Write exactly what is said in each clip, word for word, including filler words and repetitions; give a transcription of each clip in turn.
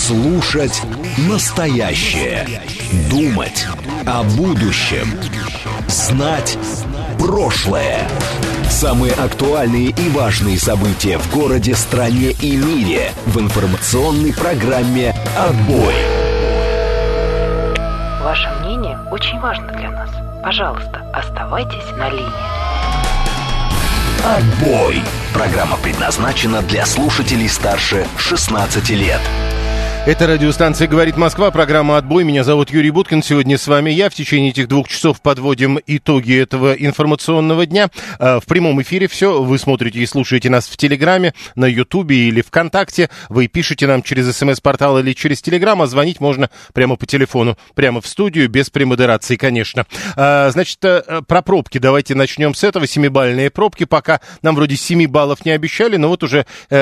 Слушать настоящее. Думать о будущем. Знать прошлое. Самые актуальные и важные события в городе, стране и мире в информационной программе «Отбой». Ваше мнение очень важно для нас. Пожалуйста, оставайтесь на линии. «Отбой». Программа предназначена для слушателей старше шестнадцати лет. Это радиостанция «Говорит Москва», программа «Отбой». Меня зовут Юрий Буткин. Сегодня с вами я. В течение этих двух часов подводим итоги этого информационного дня. В прямом эфире все. Вы смотрите и слушаете нас в Телеграме, на Ютубе или ВКонтакте. Вы пишете нам через СМС-портал или через Телеграм, а звонить можно прямо по телефону, прямо в студию, без премодерации, конечно. Значит, про пробки давайте начнем с этого. Семибалльные пробки. Пока нам вроде семи баллов не обещали, но вот уже...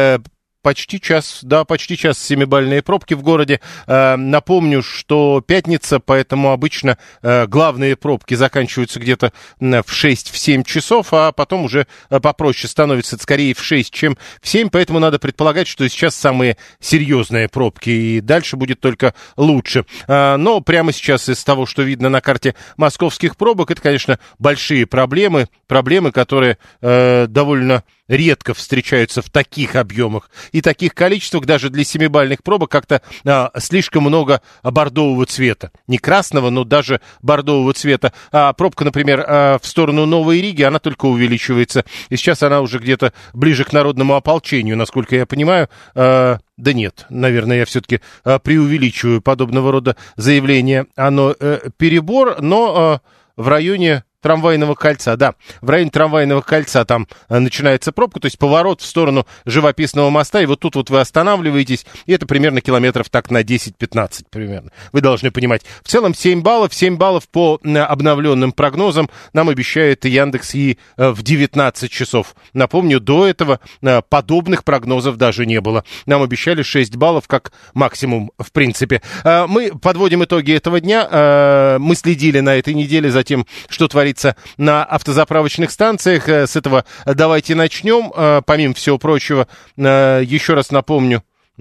Почти час, да, почти час семибалльные пробки в городе. Э, напомню, что пятница, поэтому обычно э, главные пробки заканчиваются где-то в шесть-семь часов, а потом уже попроще становится, скорее в шесть, чем в семь, поэтому надо предполагать, что сейчас самые серьезные пробки, и дальше будет только лучше. Э, но прямо сейчас из того, что видно на карте московских пробок, это, конечно, большие проблемы, проблемы, которые э, довольно... редко встречаются в таких объемах и таких количествах, даже для семибалльных пробок как-то а, слишком много бордового цвета. Не красного, но даже бордового цвета. А пробка, например, а, в сторону Новой Риги, она только увеличивается. И сейчас она уже где-то ближе к народному ополчению, насколько я понимаю. А, да нет, наверное, я все-таки а, преувеличиваю подобного рода заявления. Оно а, перебор, но а, в районе... Трамвайного кольца, да, в районе трамвайного кольца там а, начинается пробка, то есть поворот в сторону живописного моста, и вот тут вот вы останавливаетесь, и это примерно километров так на десять-пятнадцать примерно, вы должны понимать. В целом семь баллов, семь баллов по а, обновленным прогнозам нам обещает Яндекс и а, в девятнадцать часов. Напомню, до этого а, подобных прогнозов даже не было. Нам обещали шесть баллов как максимум, в принципе. А, мы подводим итоги этого дня, а, мы следили на этой неделе за тем, что творится на автозаправочных станциях. С этого давайте начнем. Помимо всего прочего, еще раз напомню,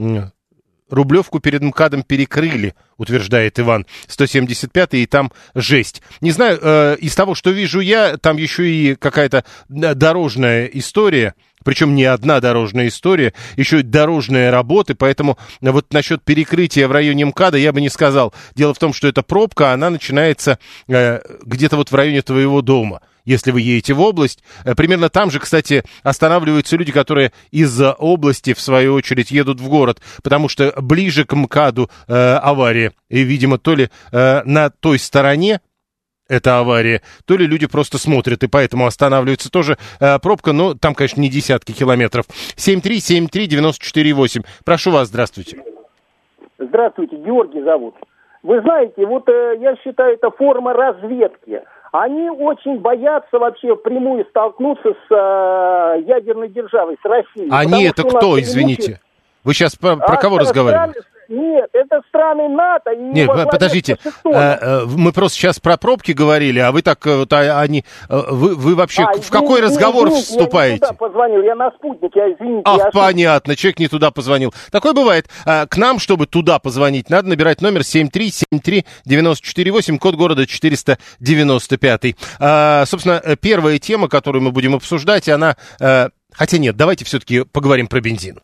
Рублевку перед МКАДом перекрыли, утверждает Иван, сто семьдесят пятый, и там жесть. Не знаю, э, из того, что вижу я, там еще и какая-то дорожная история, причем не одна дорожная история, еще и дорожные работы, поэтому вот насчет перекрытия в районе МКАДа я бы не сказал. Дело в том, что эта пробка, она начинается э, где-то вот в районе твоего дома. Если вы едете в область, примерно там же, кстати, останавливаются люди, которые из области, в свою очередь, едут в город, потому что ближе к МКАДу э, авария, и, видимо, то ли э, на той стороне эта авария, то ли люди просто смотрят, и поэтому останавливается тоже э, пробка, но там, конечно, не десятки километров. семь три семь три девять четыре восемь. Прошу вас, здравствуйте. Здравствуйте, Георгий зовут. Вы знаете, вот э, я считаю, это форма разведки. Они очень боятся вообще впрямую столкнуться с э, ядерной державой, с Россией. Они это кто, извините? Вы сейчас про, про а кого разговариваете? Страны, нет, это страны НАТО. И нет, подождите, э, мы просто сейчас про пробки говорили, а вы так, вот, а, они, вы, вы вообще а, в какой извините, разговор извините, вступаете? Я не туда позвонил, я на спутник, я извините. Ах, я понятно, человек не туда позвонил. Такое бывает. К нам, чтобы туда позвонить, надо набирать номер семь три семь три девять четыре восемь, код города четыреста девяносто пять. А, собственно, первая тема, которую мы будем обсуждать, она... Хотя нет, давайте все-таки поговорим про бензин.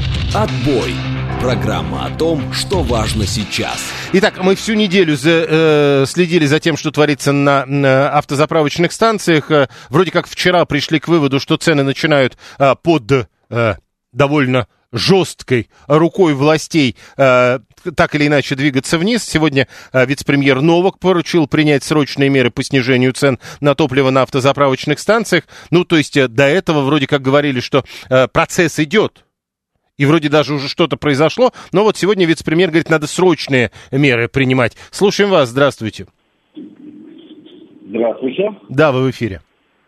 Отбой. Программа о том, что важно сейчас. Итак, мы всю неделю за, э, следили за тем, что творится на, на автозаправочных станциях. Э, вроде как вчера пришли к выводу, что цены начинают э, под э, довольно жесткой рукой властей э, так или иначе двигаться вниз. Сегодня э, вице-премьер Новак поручил принять срочные меры по снижению цен на топливо на автозаправочных станциях. Ну, то есть э, до этого вроде как говорили, что э, процесс идет. И вроде даже уже что-то произошло, но вот сегодня вице-премьер говорит, надо срочные меры принимать. Слушаем вас, здравствуйте. Здравствуйте. Да, вы в эфире.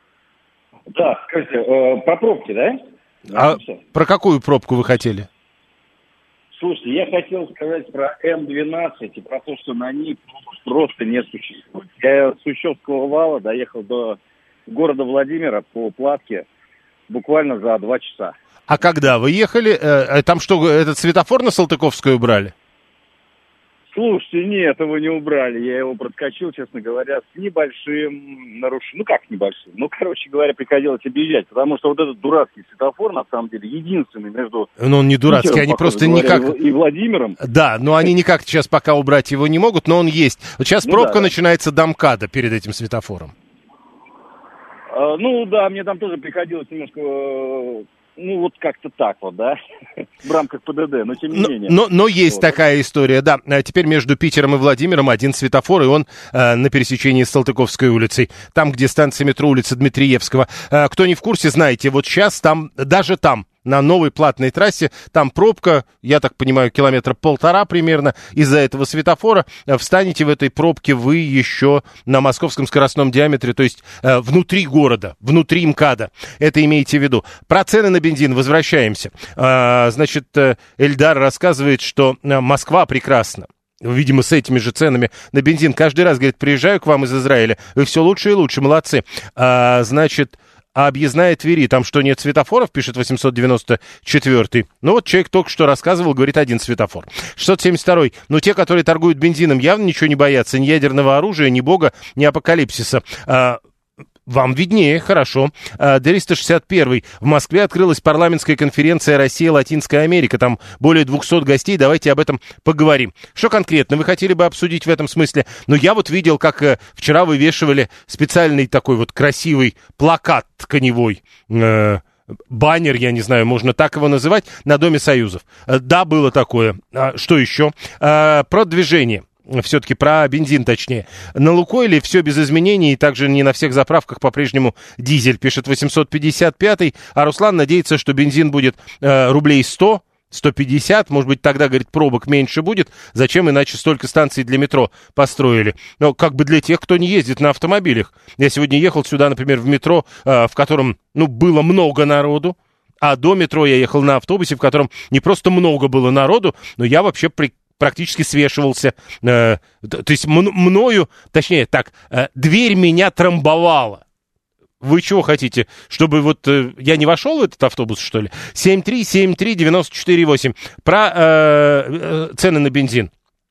Да, скажите, э, про пробки, да? А про какую пробку вы хотели? Слушайте, я хотел сказать про эм двенадцать и про то, что на ней просто не существует. Я с Ущевского вала доехал до города Владимира по Платке буквально за два часа. А когда вы ехали, э, там что, этот светофор на Салтыковскую брали? Слушайте, нет, его не убрали. Я его проскочил, честно говоря, с небольшим нарушением. Ну, как небольшим? Ну, короче говоря, приходилось объезжать, потому что вот этот дурацкий светофор, на самом деле, единственный между... Ну, он не дурацкий, Питером, они просто говоря, никак... и Владимиром. Да, но они никак сейчас пока убрать его не могут, но он есть. Вот сейчас ну, пробка да, начинается до МКАДа перед этим светофором. А, ну, да, мне там тоже приходилось немножко... Ну, вот как-то так вот, да, в рамках ПДД, но тем не но, менее. Но, но есть вот. такая история, да. Теперь между Питером и Владимиром один светофор, и он э, на пересечении с Салтыковской улицей, там, где станция метро улица Дмитриевского. Э, кто не в курсе, знаете, вот сейчас там, даже там, на новой платной трассе, там пробка, я так понимаю, километра полтора примерно из-за этого светофора. Встанете в этой пробке вы еще на московском скоростном диаметре, то есть э, внутри города, внутри МКАДа. Это имейте в виду. Про цены на бензин возвращаемся. Э, значит, э, Эльдар рассказывает, что э, Москва прекрасна. Видимо, с этими же ценами на бензин. Каждый раз, говорит, приезжаю к вам из Израиля, вы все лучше и лучше, молодцы. А, значит... А объездная Твери, там что, нет светофоров, пишет восемьсот девяносто четвёртый. Ну вот человек только что рассказывал, говорит, один светофор. шестьсот семьдесят второй. Ну те, которые торгуют бензином, явно ничего не боятся. Ни ядерного оружия, ни бога, ни апокалипсиса. А, вам виднее, хорошо. А, триста шестьдесят первый. В Москве открылась парламентская конференция «Россия-Латинская Америка». Там более двухсот гостей. Давайте об этом поговорим. Что конкретно вы хотели бы обсудить в этом смысле? Ну, я вот видел, как э, вчера вывешивали специальный такой вот красивый плакат тканевой, э, баннер, я не знаю, можно так его называть, на Доме Союзов. Э, да, было такое. А, что еще? Э, про движение. Все-таки про бензин, точнее. На Лукойле все без изменений, и также не на всех заправках по-прежнему дизель, пишет восемьсот пятьдесят пятый. А Руслан надеется, что бензин будет э, рублей сто, сто пятьдесят, может быть, тогда, говорит, пробок меньше будет. Зачем иначе столько станций для метро построили? Но как бы для тех, кто не ездит на автомобилях. Я сегодня ехал сюда, например, в метро, э, в котором, ну, было много народу. А до метро я ехал на автобусе, в котором не просто много было народу, но я вообще при практически свешивался, э, то есть м- мною, точнее так, э, дверь меня трамбовала. Вы чего хотите, чтобы вот э, я не вошел в этот автобус, что ли? семь три семь три девять четыре восемь. Про э, э, цены на бензин.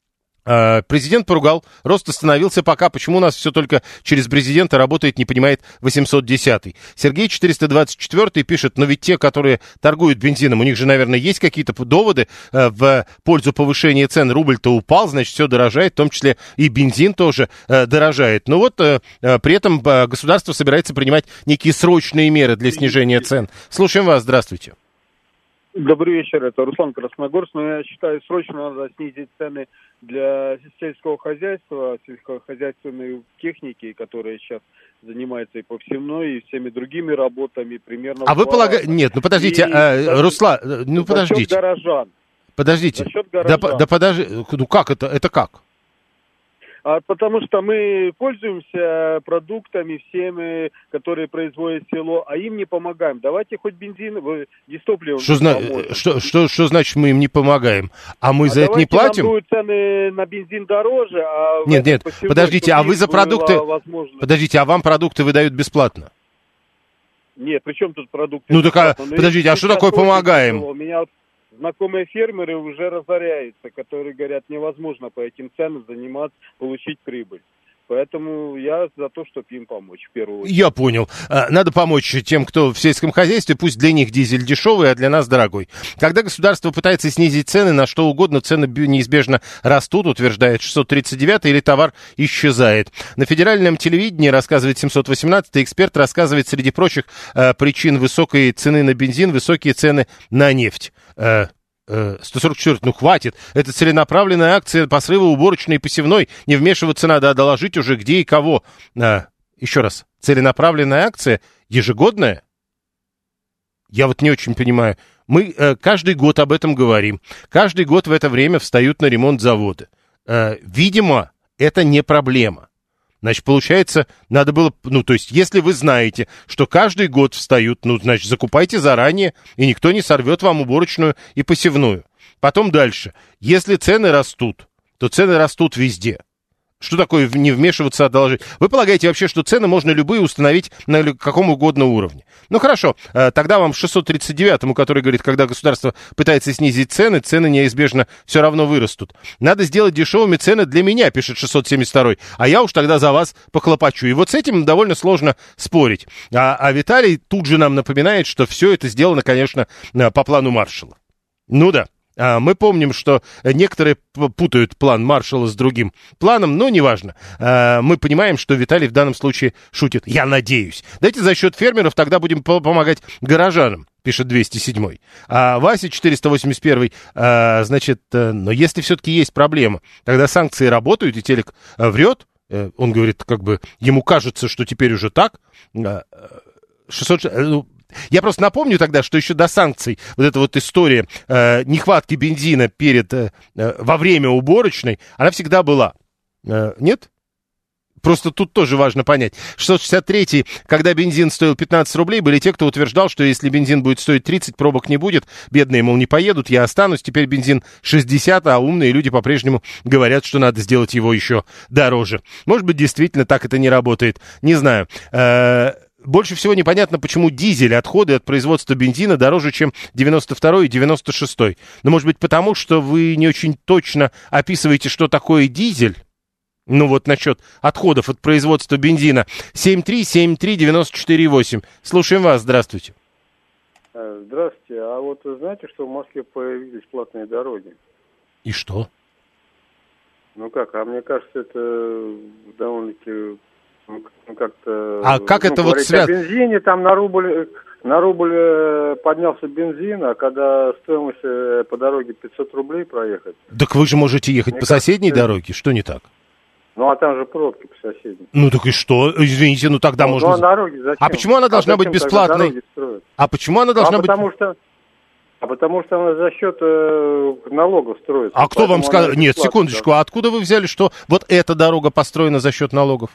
Президент поругал, рост остановился пока. Почему у нас все только через президента работает, не понимает восемьсот десятый. Сергей четыреста двадцать четвёртый пишет, но ведь те, которые торгуют бензином, у них же, наверное, есть какие-то доводы э, в пользу повышения цен. Рубль-то упал, значит, все дорожает, в том числе и бензин тоже э, дорожает. Но вот э, при этом э, государство собирается принимать некие срочные меры для снижения цен. Слушаем вас, здравствуйте. Добрый вечер, это Руслан Красногорск. Но я считаю, срочно надо снизить цены для сельского хозяйства, сельскохозяйственной техники, которая сейчас занимается и повсемной, и всеми другими работами примерно. А вы полагаете... Нет, ну подождите, а, Руслан, ну подождите. За счет горожан. Подождите. За счет горожан. Да, да подожди, ну как это, это как? А потому что мы пользуемся продуктами всеми, которые производит село, а им не помогаем. Давайте хоть бензин, дистопливо. Что, зна... что, что, что значит мы им не помогаем? А мы а за это не платим? Нам будут цены на бензин дороже, а... Нет, нет, подождите, а вы за продукты... Подождите, а вам продукты выдают бесплатно? Нет, при чем тут продукты? Ну так, а, подождите, а что такое помогаем? У меня знакомые фермеры уже разоряются, которые говорят, невозможно по этим ценам заниматься, получить прибыль. Поэтому я за то, чтобы им помочь в первую очередь. Я понял. Надо помочь тем, кто в сельском хозяйстве, пусть для них дизель дешевый, а для нас дорогой. Когда государство пытается снизить цены на что угодно, цены неизбежно растут, утверждает шестьсот тридцать девятый, или товар исчезает. На федеральном телевидении, рассказывает семьсот восемнадцатый, эксперт рассказывает, среди прочих причин высокой цены на бензин, высокие цены на нефть. сто сорок четыре, ну хватит, это целенаправленная акция по срыву уборочной и посевной, не вмешиваться надо, а доложить уже где и кого. А, еще раз, целенаправленная акция ежегодная? Я вот не очень понимаю. Мы э, каждый год об этом говорим, каждый год в это время встают на ремонт заводы. Э, видимо, это не проблема. Значит, получается, надо было, ну, то есть, если вы знаете, что каждый год встают, ну, значит, закупайте заранее, и никто не сорвет вам уборочную и посевную. Потом дальше. Если цены растут, то цены растут везде. Что такое не вмешиваться, а доложить? Вы полагаете вообще, что цены можно любые установить на каком угодно уровне? Ну, хорошо, тогда вам шестьсот тридцать девятому, который говорит, когда государство пытается снизить цены, цены неизбежно все равно вырастут. Надо сделать дешевыми цены для меня, пишет шестьсот семьдесят второй, а я уж тогда за вас похлопочу. И вот с этим довольно сложно спорить. А, а Виталий тут же нам напоминает, что все это сделано, конечно, по плану Маршалла. Ну да. Мы помним, что некоторые путают план Маршалла с другим планом, но неважно. Мы понимаем, что Виталий в данном случае шутит. Я надеюсь. Давайте за счет фермеров тогда будем помогать горожанам, пишет двести седьмой. А Вася четыреста восемьдесят первый, значит, но если все-таки есть проблема, тогда санкции работают, и телек врет. Он говорит, как бы ему кажется, что теперь уже так. шестьсот... Я просто напомню тогда, что еще до санкций вот эта вот история э, нехватки бензина перед, э, во время уборочной, она всегда была. Э, нет? Просто тут тоже важно понять. шестьсот шестьдесят третий, когда бензин стоил пятнадцать рублей, были те, кто утверждал, что если бензин будет стоить тридцать, пробок не будет. Бедные, мол, не поедут, я останусь. Теперь бензин шестьдесят, а умные люди по-прежнему говорят, что надо сделать его еще дороже. Может быть, действительно так это не работает. Не знаю. Э, Больше всего непонятно, почему дизель, отходы от производства бензина дороже, чем девяносто второй и девяносто шестой. Но, может быть, потому что вы не очень точно описываете, что такое дизель? Ну вот насчет отходов от производства бензина. семь три семь три девять четыре восемь. Слушаем вас, здравствуйте. Здравствуйте. А вот знаете, что в Москве появились платные дороги? И что? Ну как, а мне кажется, это довольно-таки... Ну, как-то, а как ну, это вот связано? О бензине там на рубль, на рубль поднялся бензин, а когда стоимость по дороге пятьсот рублей проехать. Так вы же можете ехать Мне по соседней кажется, дороге, что не так? Ну, а там же пробки по соседней. Ну, так и что? Извините, ну тогда ну, можно... Ну, а дороги зачем? А почему она должна а быть бесплатной? А почему она должна а быть... Потому что... А потому что она за счет э, налогов строится. А кто вам сказал... Нет, секундочку, а откуда вы взяли, что вот эта дорога построена за счет налогов?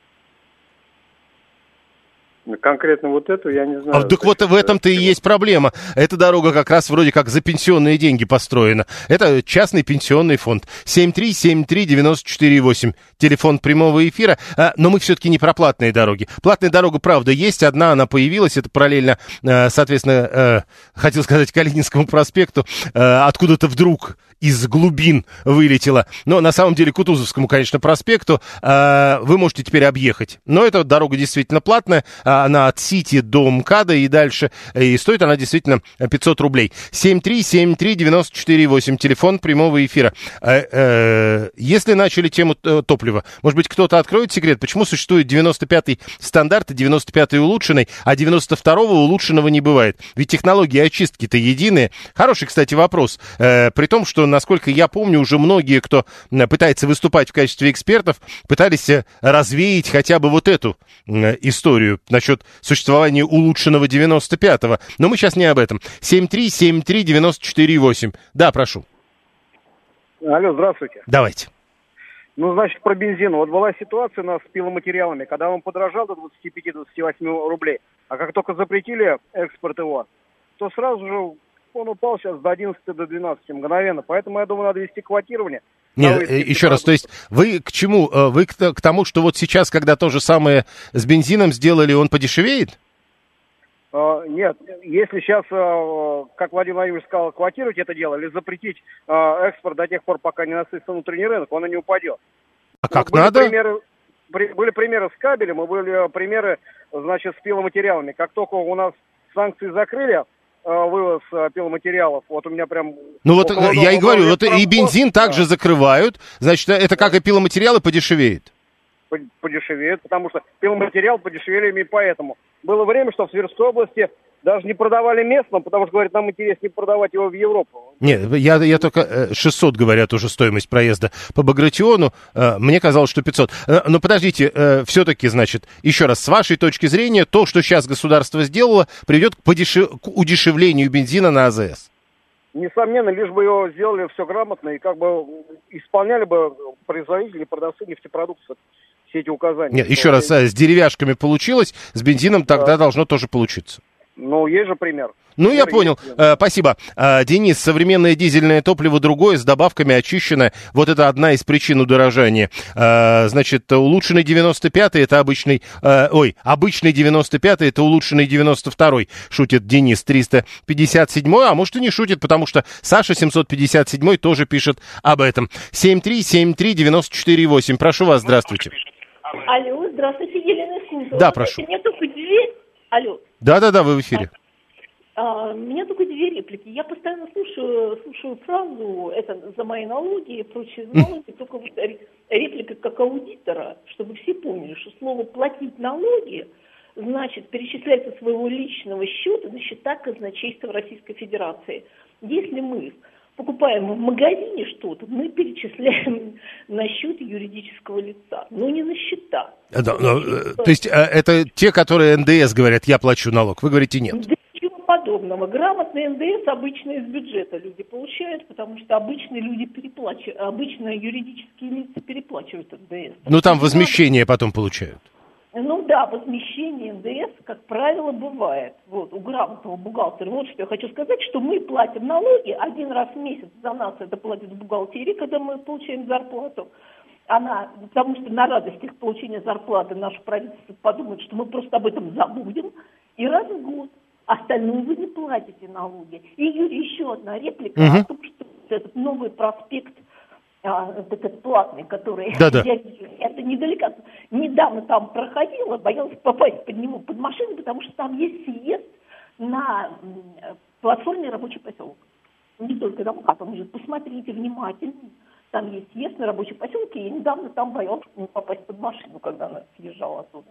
Конкретно вот эту я не знаю. А, так вот в этом-то и есть проблема. Эта дорога как раз вроде как за пенсионные деньги построена. Это частный пенсионный фонд. семь три семь три девять четыре восемь. Телефон прямого эфира. А, но мы все-таки не про платные дороги. Платная дорога, правда, есть. Одна она появилась. Это параллельно, соответственно, хотел сказать, Калининскому проспекту. Откуда-то вдруг из глубин вылетела. Но на самом деле Кутузовскому, конечно, проспекту вы можете теперь объехать. Но эта дорога действительно платная. Она от Сити до МКАДа и дальше. И стоит она действительно пятьсот рублей. семь три семь три девять четыре восемь. Телефон прямого эфира. Если начали тему топлива, может быть, кто-то откроет секрет, почему существует девяносто пятый стандарт и девяносто пятый улучшенный, а девяносто второго улучшенного не бывает? Ведь технологии очистки-то единые. Хороший, кстати, вопрос. При том, что, насколько я помню, уже многие, кто пытается выступать в качестве экспертов, пытались развеять хотя бы вот эту историю насчет существования улучшенного девяносто пятого. Но мы сейчас не об этом. семь три семь три девять четыре восемь. Да, прошу. Алло, здравствуйте. Давайте. Ну, значит, про бензин. Вот была ситуация у нас с пиломатериалами, когда он подорожал до двадцати пяти - двадцати восьми рублей, а как только запретили экспорт его, то сразу же он упал сейчас до одиннадцати, до двенадцати мгновенно. Поэтому, я думаю, надо вести квотирование. Нет, еще раз, то есть вы к чему? Вы к, к тому, что вот сейчас, когда то же самое с бензином сделали, он подешевеет? Uh, нет, если сейчас, uh, как Владимир Владимирович сказал, квотировать это дело или запретить uh, экспорт до тех пор, пока не насытится внутренний рынок, он и не упадет. А как были надо? Примеры, при, были примеры с кабелем, и были примеры, значит, с пиломатериалами. Как только у нас санкции закрыли, вывоз пиломатериалов, вот у меня прям... Ну вот я и говорю, вот и бензин также да. закрывают, значит, это как и пиломатериалы подешевеет? Подешевеет, потому что пиломатериал подешевели именно поэтому. Было время, что в Тверской области даже не продавали местным, потому что, говорят, нам интереснее продавать его в Европу. Нет, я, я только шестьсот, говорят, уже стоимость проезда по Багратиону. Мне казалось, что пятьсот. Но подождите, все-таки, значит, еще раз, с вашей точки зрения, то, что сейчас государство сделало, приведет к, подешев... к удешевлению бензина на АЗС? Несомненно, лишь бы его сделали все грамотно и как бы исполняли бы производители и продавцы нефтепродуктов все эти указания. Нет, еще раз, с деревяшками получилось, с бензином тогда да. должно тоже получиться. Ну, есть же пример. Ну, я понял. Э, спасибо. Э, Денис, современное дизельное топливо другое, с добавками очищенное. Вот это одна из причин удорожания. Э, значит, улучшенный девяносто пятый, это обычный... Э, ой, обычный девяносто пятый, это улучшенный девяносто второй, шутит Денис. триста пятьдесят седьмой, а может и не шутит, потому что Саша семьсот пятьдесят седьмой тоже пишет об этом. семь три семь три девять четыре восемь. Прошу вас, здравствуйте. Алло, здравствуйте, Елена Искунцева. Да, прошу. Меня только две... Алло. Да-да-да, вы в эфире. А, у меня только две реплики. Я постоянно слушаю, слушаю фразу, это за мои налоги и прочие налоги, только вот реплика как аудитора, чтобы все поняли, что слово «платить налоги» значит перечислять со своего личного счета на счета казначейства Российской Федерации. Если мы покупаем в магазине что-то, мы перечисляем на счет юридического лица, но не на счета. Да, но, то есть это те, которые эн дэ эс говорят, я плачу налог, вы говорите нет? Да ничего подобного. Грамотный эн дэ эс обычно из бюджета люди получают, потому что обычные люди переплачивают, обычно юридические лица переплачивают эн дэ эс. Ну там возмещение потом получают. Ну да, возмещение эн дэ эс, как правило, бывает. Вот, у грамотного бухгалтера. Вот что я хочу сказать, что мы платим налоги один раз в месяц, за нас это платит бухгалтерия, когда мы получаем зарплату. Она, потому что на радостях получения зарплаты наше правительство подумает, что мы просто об этом забудем, и раз в год. Остальное вы не платите налоги. И, Юрий, еще одна реплика uh-huh. о том, что этот новый проспект, а, этот платный, который... Да-да. Я, это недалеко. Недавно там проходила, боялась попасть под него, под машину, потому что там есть съезд на платформе «Рабочий поселок». Не только там, а там уже посмотрите внимательно. Там есть съезд на Рабочий поселок, и я недавно там боялась попасть под машину, когда она съезжала оттуда.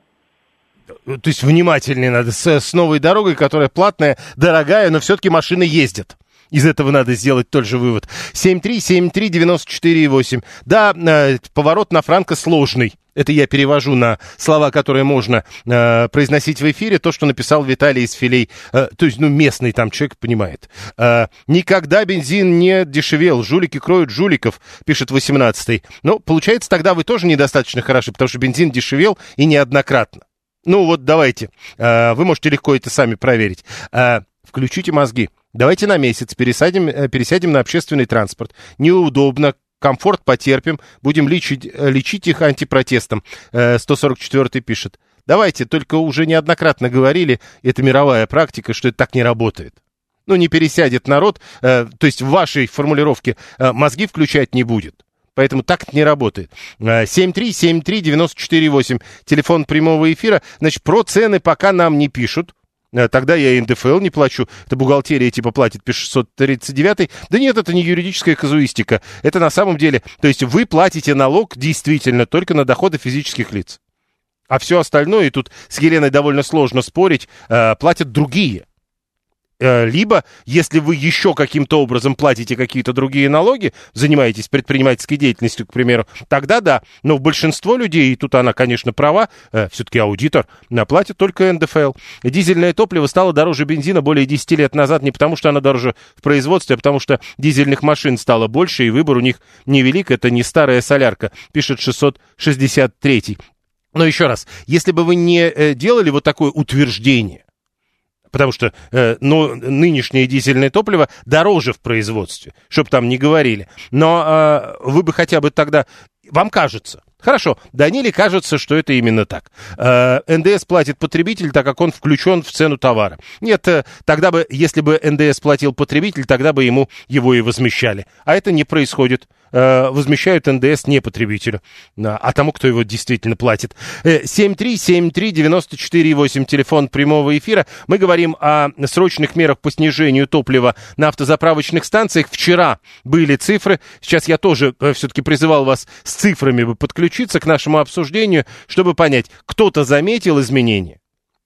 То есть внимательнее надо с, с новой дорогой, которая платная, дорогая, но все-таки машины ездят. Из этого надо сделать тот же вывод. семь три семь три девять четыре восемь. Да, э, поворот на Франко сложный. Это я перевожу на слова, которые можно э, произносить в эфире. То, что написал Виталий из Филей. Э, то есть, ну, местный там человек понимает. Э, никогда бензин не дешевел. Жулики кроют жуликов, пишет восемнадцатый. Ну, получается, тогда вы тоже недостаточно хороши, потому что бензин дешевел и неоднократно. Ну, вот давайте. Э, вы можете легко это сами проверить. Э, включите мозги. Давайте на месяц пересадим, пересядем на общественный транспорт. Неудобно, комфорт потерпим, будем лечить, лечить их антипротестом. сто сорок четвёртый пишет. Давайте, только уже неоднократно говорили, это мировая практика, что это так не работает. Ну, не пересядет народ, то есть в вашей формулировке мозги включать не будет. Поэтому так это не работает. семь три семь три девять четыре восемь. Телефон прямого эфира. Значит, про цены пока нам не пишут. Тогда я эн дэ эф эл не плачу. Это бухгалтерия типа платит, пишет шестьсот тридцать девятый. Да нет, это не юридическая казуистика. Это на самом деле... То есть вы платите налог действительно только на доходы физических лиц. А все остальное, и тут с Еленой довольно сложно спорить, платят другие. Либо, если вы еще каким-то образом платите какие-то другие налоги, занимаетесь предпринимательской деятельностью, к примеру, тогда да. Но большинство людей, и тут она, конечно, права, э, все-таки аудитор, платит только эн дэ эф эл. Дизельное топливо стало дороже бензина более десяти лет назад не потому, что оно дороже в производстве, а потому что дизельных машин стало больше, и выбор у них невелик. Это не старая солярка, пишет шестьсот шестьдесят третий. Но еще раз, если бы вы не э, делали вот такое утверждение, потому что э, ну, нынешнее дизельное топливо дороже в производстве, чтобы там не говорили. Но э, вы бы хотя бы тогда... Вам кажется. Хорошо, Даниле кажется, что это именно так. Э, эн дэ эс платит потребитель, так как он включен в цену товара. Нет, э, тогда бы, если бы эн дэ эс платил потребитель, тогда бы ему его и возмещали. А это не происходит. Э, возмещают эн дэ эс не потребителю, а тому, кто его действительно платит. семь три семь три девять четыре восемь, телефон прямого эфира. Мы говорим о срочных мерах по снижению топлива на автозаправочных станциях. Вчера были цифры. Сейчас я тоже э, все-таки призывал вас с цифрами бы подключиться к нашему обсуждению, чтобы понять, кто-то заметил изменения.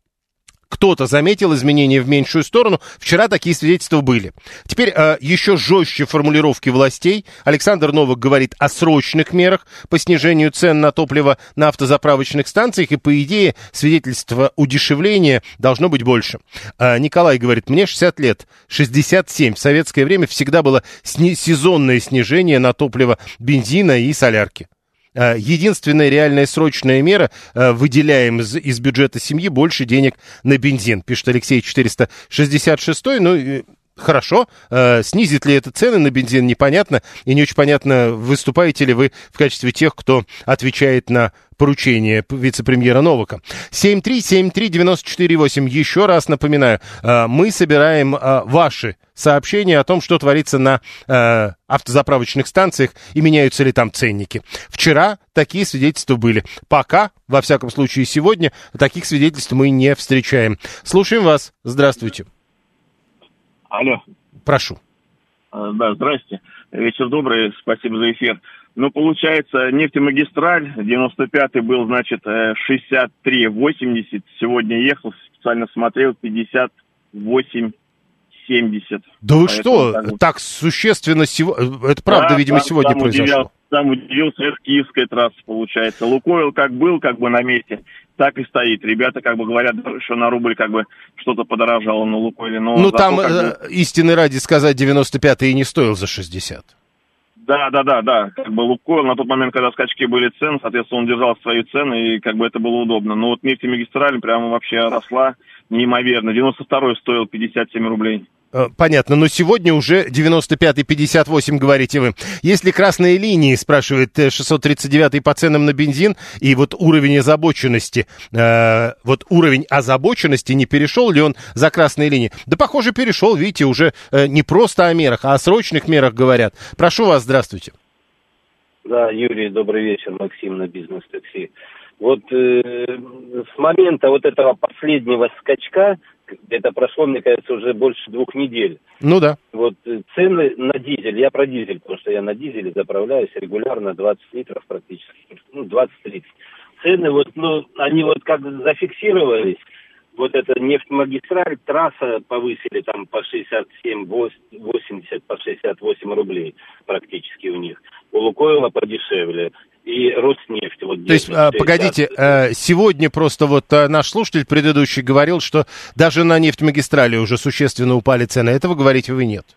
Кто-то заметил изменения в меньшую сторону. Вчера такие свидетельства были. Теперь э, еще жестче формулировки властей. Александр Новак говорит о срочных мерах по снижению цен на топливо на автозаправочных станциях. И, по идее, свидетельства удешевления должно быть больше. Э, Николай говорит, мне шестьдесят лет, шестьдесят семь. В советское время всегда было сни- сезонное снижение на топливо бензина и солярки. Единственная реальная срочная мера, выделяем из, из бюджета семьи больше денег на бензин, пишет Алексей четыреста шестьдесят шесть. Ну, хорошо, снизит ли это цены на бензин, непонятно, и не очень понятно, выступаете ли вы в качестве тех, кто отвечает на поручение вице-премьера Новака. семь три семь три девять четыре восемь. Еще раз напоминаю, мы собираем ваши сообщения о том, что творится на автозаправочных станциях и меняются ли там ценники. Вчера такие свидетельства были. Пока, во всяком случае сегодня, таких свидетельств мы не встречаем. Слушаем вас. Здравствуйте. Алло. Прошу. Да, здрасте. Вечер добрый, спасибо за эфир. Ну, получается, нефтемагистраль, девяносто пятый был, значит, шестьдесят три восемьдесят. Сегодня ехал, специально смотрел, пятьдесят восемь семьдесят. Да вы что, так, так существенно, сего... это правда, да, видимо, там, сегодня там произошло. Удивил, там удивился, это киевская трасса, получается. Лукойл как был, как бы на месте, так и стоит. Ребята как бы говорят, что на рубль как бы что-то подорожало на Лукойле. Но ну, там, как бы... истины ради сказать, девяносто пятый и не стоил за шестьдесят. Да, да, да, да. Как бы Лукойл на тот момент, когда скачки были цен, соответственно, он держал свои цены, и как бы это было удобно. Но вот нефтемагистраль прямо вообще росла неимоверно. девяносто второй стоил пятьдесят семь рублей. Понятно, но сегодня уже девяносто пятый пятьдесят восемь, говорите вы. Есть ли красные линии, спрашивает шестьсот тридцать девятый по ценам на бензин, и вот уровень озабоченности, э, вот уровень озабоченности, не перешел ли он за красные линии? Да, похоже, перешел, видите, уже э, не просто о мерах, а о срочных мерах говорят. Прошу вас, здравствуйте. Да, Юрий, добрый вечер, Максим на бизнес-такси. Вот э, с момента вот этого последнего скачка, это прошло, мне кажется, уже больше двух недель. Ну да. Вот цены на дизель, я про дизель, потому что я на дизеле заправляюсь регулярно, двадцать литров практически, ну, двадцать-тридцать. Цены вот, ну, они вот как зафиксировались, вот эта нефтемагистраль, трасса повысили там по шестьдесят семь восемьдесят, по шестьдесят восемь рублей практически у них. У Лукойла подешевле. И Роснефть. Вот То есть, а, погодите, а, сегодня просто вот а, наш слушатель предыдущий говорил, что даже на нефтемагистрали уже существенно упали цены. Этого говорите вы нет?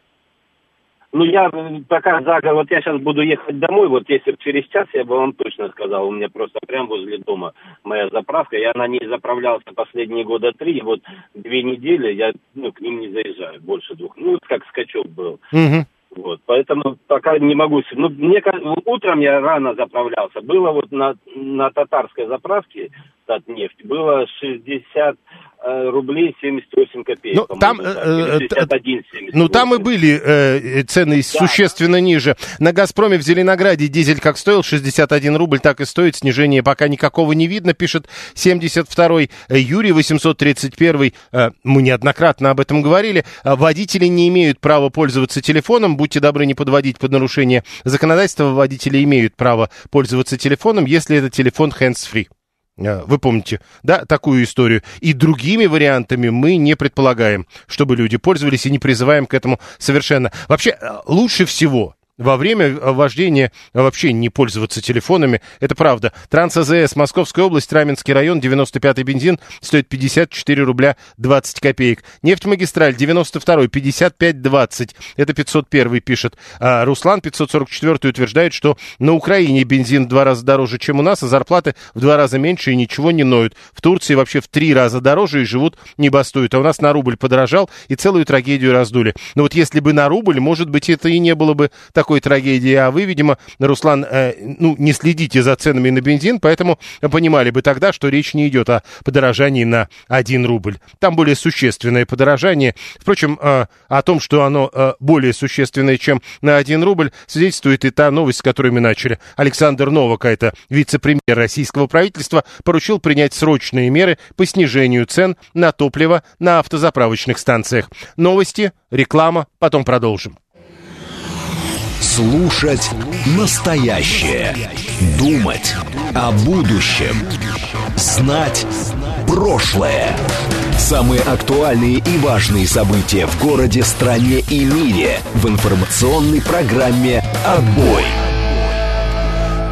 Ну, я пока за вот я сейчас буду ехать домой, вот если бы через час, я бы вам точно сказал, у меня просто прямо возле дома моя заправка, я на ней заправлялся последние года три, вот две недели я ну, к ним не заезжаю, больше двух, ну, как скачок был. Угу. Вот, поэтому пока не могу. Ну, мне утром я рано заправлялся. Было вот на, на татарской заправке Татнефть было шестьдесят рублей семьдесят восемь копеек. Ну, там, шестьдесят один семьдесят восемь. Ну, там и были э, цены да, существенно да. ниже. На «Газпроме» в Зеленограде дизель как стоил шестьдесят один рубль, так и стоит. Снижения пока никакого не видно, пишет семьдесят второй. Юрий восемьсот тридцать один. Э, мы неоднократно об этом говорили. Водители не имеют права пользоваться телефоном. Будьте добры не подводить под нарушение законодательства. Водители имеют право пользоваться телефоном, если это телефон hands-free. Вы помните, да, такую историю. И другими вариантами мы не предполагаем, чтобы люди пользовались, и не призываем к этому совершенно. Вообще, лучше всего во время вождения вообще не пользоваться телефонами. Это правда. Транс-АЗС, Московская область, Раменский район, девяносто пятый бензин стоит пятьдесят четыре рубля двадцать копеек. Нефтемагистраль, девяносто второй, пятьдесят пять двадцать. Это пятьсот один пишет. А Руслан, пятьсот сорок четыре, утверждает, что на Украине бензин в два раза дороже, чем у нас, а зарплаты в два раза меньше и ничего не ноют. В Турции вообще в три раза дороже и живут не бастуют. А у нас на рубль подорожал и целую трагедию раздули. Но вот если бы на рубль, может быть, это и не было бы такой трагедии, а вы, видимо, Руслан, э, ну, не следите за ценами на бензин, поэтому понимали бы тогда, что речь не идет о подорожании на один рубль. Там более существенное подорожание. Впрочем, э, о том, что оно э, более существенное, чем на один рубль, свидетельствует и та новость, с которой мы начали. Александр Новак, это вице-премьер российского правительства, поручил принять срочные меры по снижению цен на топливо на автозаправочных станциях. Новости, реклама, потом продолжим. Слушать настоящее. Думать о будущем. Знать прошлое. Самые актуальные и важные события в городе, стране и мире в информационной программе «Отбой».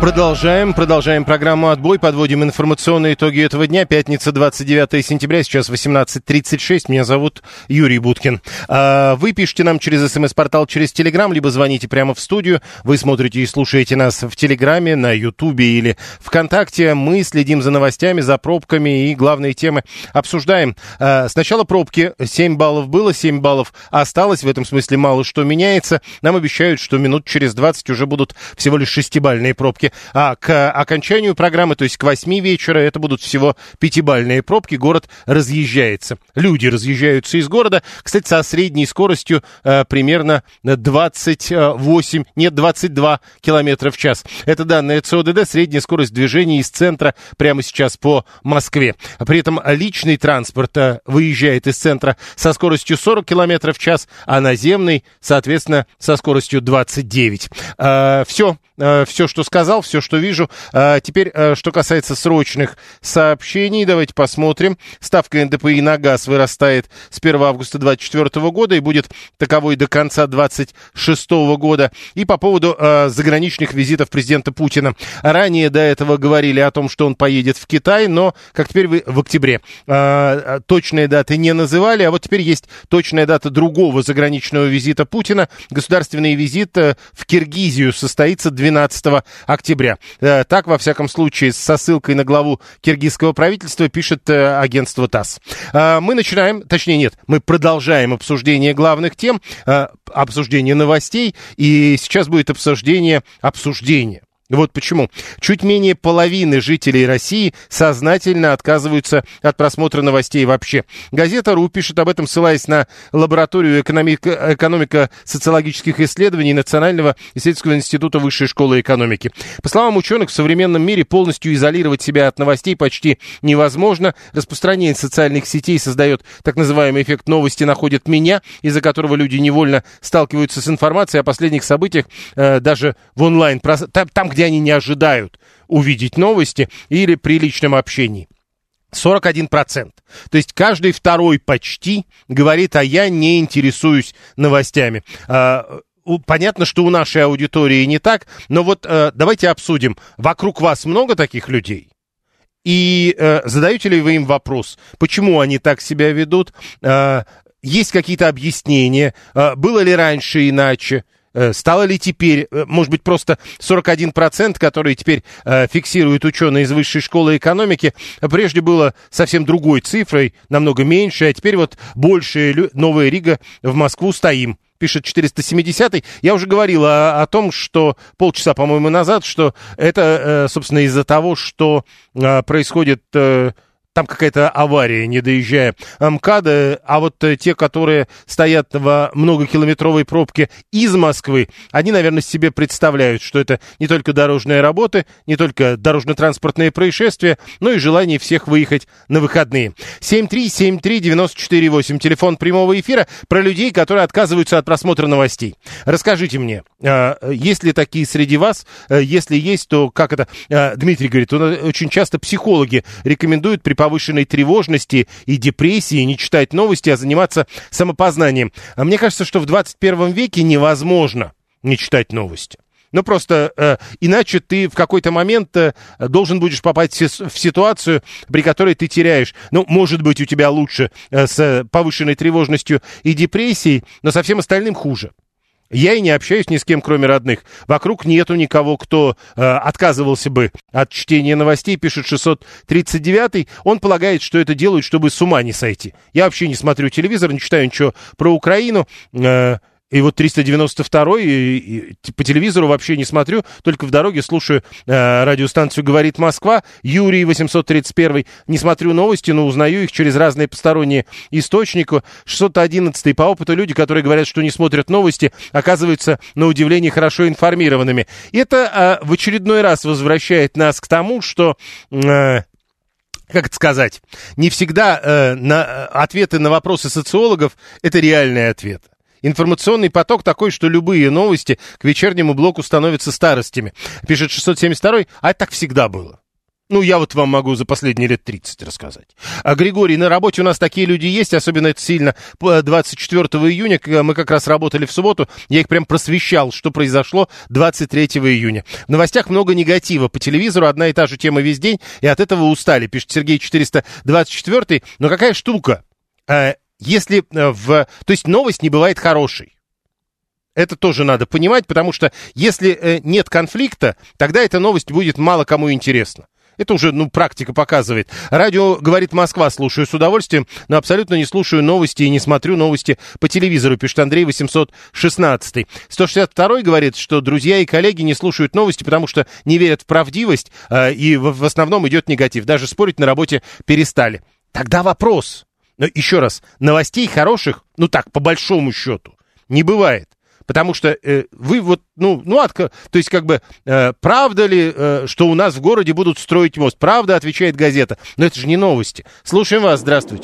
Продолжаем, продолжаем программу «Отбой», подводим информационные итоги этого дня. Пятница, двадцать девятое сентября, сейчас восемнадцать тридцать шесть. Меня зовут Юрий Буткин. Вы пишите нам через смс-портал, через Телеграм, либо звоните прямо в студию. Вы смотрите и слушаете нас в Телеграме, на Ютубе или ВКонтакте. Мы следим за новостями, за пробками и главные темы обсуждаем. Сначала пробки. семь баллов было, семь баллов осталось. В этом смысле мало что меняется. Нам обещают, что минут через двадцать уже будут всего лишь шестибалльные пробки. А к окончанию программы, то есть к восьми вечера, это будут всего пятибалльные пробки. Город разъезжается. Люди разъезжаются из города. Кстати, со средней скоростью э, примерно двадцать восемь, нет, двадцать два километра в час. Это данные ЦОДД, средняя скорость движения из центра прямо сейчас по Москве. При этом личный транспорт э, выезжает из центра со скоростью сорок километров в час, а наземный, соответственно, со скоростью двадцать девять. Э, все, э, все, что сказал, все, что вижу. А, теперь, а, что касается срочных сообщений, давайте посмотрим. Ставка эн дэ пэ и на газ вырастает с первого августа две тысячи двадцать четвёртого года и будет таковой до конца две тысячи двадцать шестого года. И по поводу а, заграничных визитов президента Путина. Ранее до этого говорили о том, что он поедет в Китай, но, как теперь вы в октябре, а, точные даты не называли, а вот теперь есть точная дата другого заграничного визита Путина. Государственный визит а, в Киргизию состоится двенадцатого октября. Так, во всяком случае, со ссылкой на главу киргизского правительства пишет э, агентство ТАСС. Э, мы начинаем, точнее нет, мы продолжаем обсуждение главных тем, э, обсуждение новостей, и сейчас будет обсуждение обсуждения. Вот почему. Чуть менее половины жителей России сознательно отказываются от просмотра новостей вообще. Газета РУ пишет об этом, ссылаясь на лабораторию экономико- экономико-социологических исследований Национального исследовательского института Высшей школы экономики. По словам ученых, в современном мире полностью изолировать себя от новостей почти невозможно. Распространение социальных сетей создает так называемый эффект «новости находят меня», из-за которого люди невольно сталкиваются с информацией о последних событиях, э, даже в онлайн, там, там, где они не ожидают увидеть новости или при личном общении. сорок один процент. То есть каждый второй почти говорит, а я не интересуюсь новостями. Понятно, что у нашей аудитории не так, но вот давайте обсудим. Вокруг вас много таких людей? И задаете ли вы им вопрос, почему они так себя ведут? Есть какие-то объяснения? Было ли раньше иначе? Стало ли теперь, может быть, просто сорок один процент, который теперь э, фиксируют ученые из Высшей школы экономики, прежде было совсем другой цифрой, намного меньше, а теперь вот больше Новая Рига в Москву стоим, пишет четыреста семидесятый. Я уже говорил о, о том, что полчаса, по-моему, назад, что это, э, собственно, из-за того, что э, происходит... Э, Там какая-то авария, не доезжая МКАДа, а вот те, которые стоят в многокилометровой пробке из Москвы, они, наверное, себе представляют, что это не только дорожные работы, не только дорожно-транспортные происшествия, но и желание всех выехать на выходные. семь три семь три девять четыре восемь, телефон прямого эфира, про людей, которые отказываются от просмотра новостей. Расскажите мне, есть ли такие среди вас? Если есть, то как это? Дмитрий говорит, очень часто психологи рекомендуют при повышенной тревожности и депрессии не читать новости, а заниматься самопознанием. А мне кажется, что в двадцать первом веке невозможно не читать новости. Ну, просто э, иначе ты в какой-то момент э, должен будешь попасть в ситуацию, при которой ты теряешь. Ну, может быть, у тебя лучше э, с повышенной тревожностью и депрессией, но со всем остальным хуже. Я и не общаюсь ни с кем, кроме родных. Вокруг нету никого, кто э, отказывался бы от чтения новостей, пишет шестьсот тридцать девятый. Он полагает, что это делают, чтобы с ума не сойти. Я вообще не смотрю телевизор, не читаю ничего про Украину. Э, И вот триста девяносто второй и, и, по телевизору вообще не смотрю, только в дороге слушаю э, радиостанцию «Говорит Москва». Юрий восемьсот тридцать первый. Не смотрю новости, но узнаю их через разные посторонние источники. шестьсот одиннадцатый. По опыту люди, которые говорят, что не смотрят новости, оказываются на удивление хорошо информированными. Это э, в очередной раз возвращает нас к тому, что... Э, Как это сказать? Не всегда э, на, ответы на вопросы социологов – это реальные ответы. Информационный поток такой, что любые новости к вечернему блоку становятся старостями. Пишет шестьсот семьдесят второй, а это так всегда было. Ну, я вот вам могу за последние лет тридцать рассказать. А, Григорий, на работе у нас такие люди есть, особенно это сильно двадцать четвёртого июня, мы как раз работали в субботу, я их прям просвещал, что произошло двадцать третьего июня. В новостях много негатива, по телевизору одна и та же тема весь день, и от этого устали, пишет Сергей четыреста двадцать четыре. Но какая штука, если в... То есть новость не бывает хорошей. Это тоже надо понимать, потому что если нет конфликта, тогда эта новость будет мало кому интересна. Это уже, ну, практика показывает. Радио «Говорит Москва» слушаю с удовольствием, но абсолютно не слушаю новости и не смотрю новости по телевизору, пишет Андрей восемьсот шестнадцать. сто шестьдесят два говорит, что друзья и коллеги не слушают новости, потому что не верят в правдивость, э, и в, в основном идет негатив. Даже спорить на работе перестали. Тогда вопрос. Но еще раз, новостей хороших, ну так, по большому счету, не бывает. Потому что э, вы вот, ну, ну от, то есть как бы, э, правда ли, э, что у нас в городе будут строить мост? Правда, отвечает газета. Но это же не новости. Слушаем вас, здравствуйте.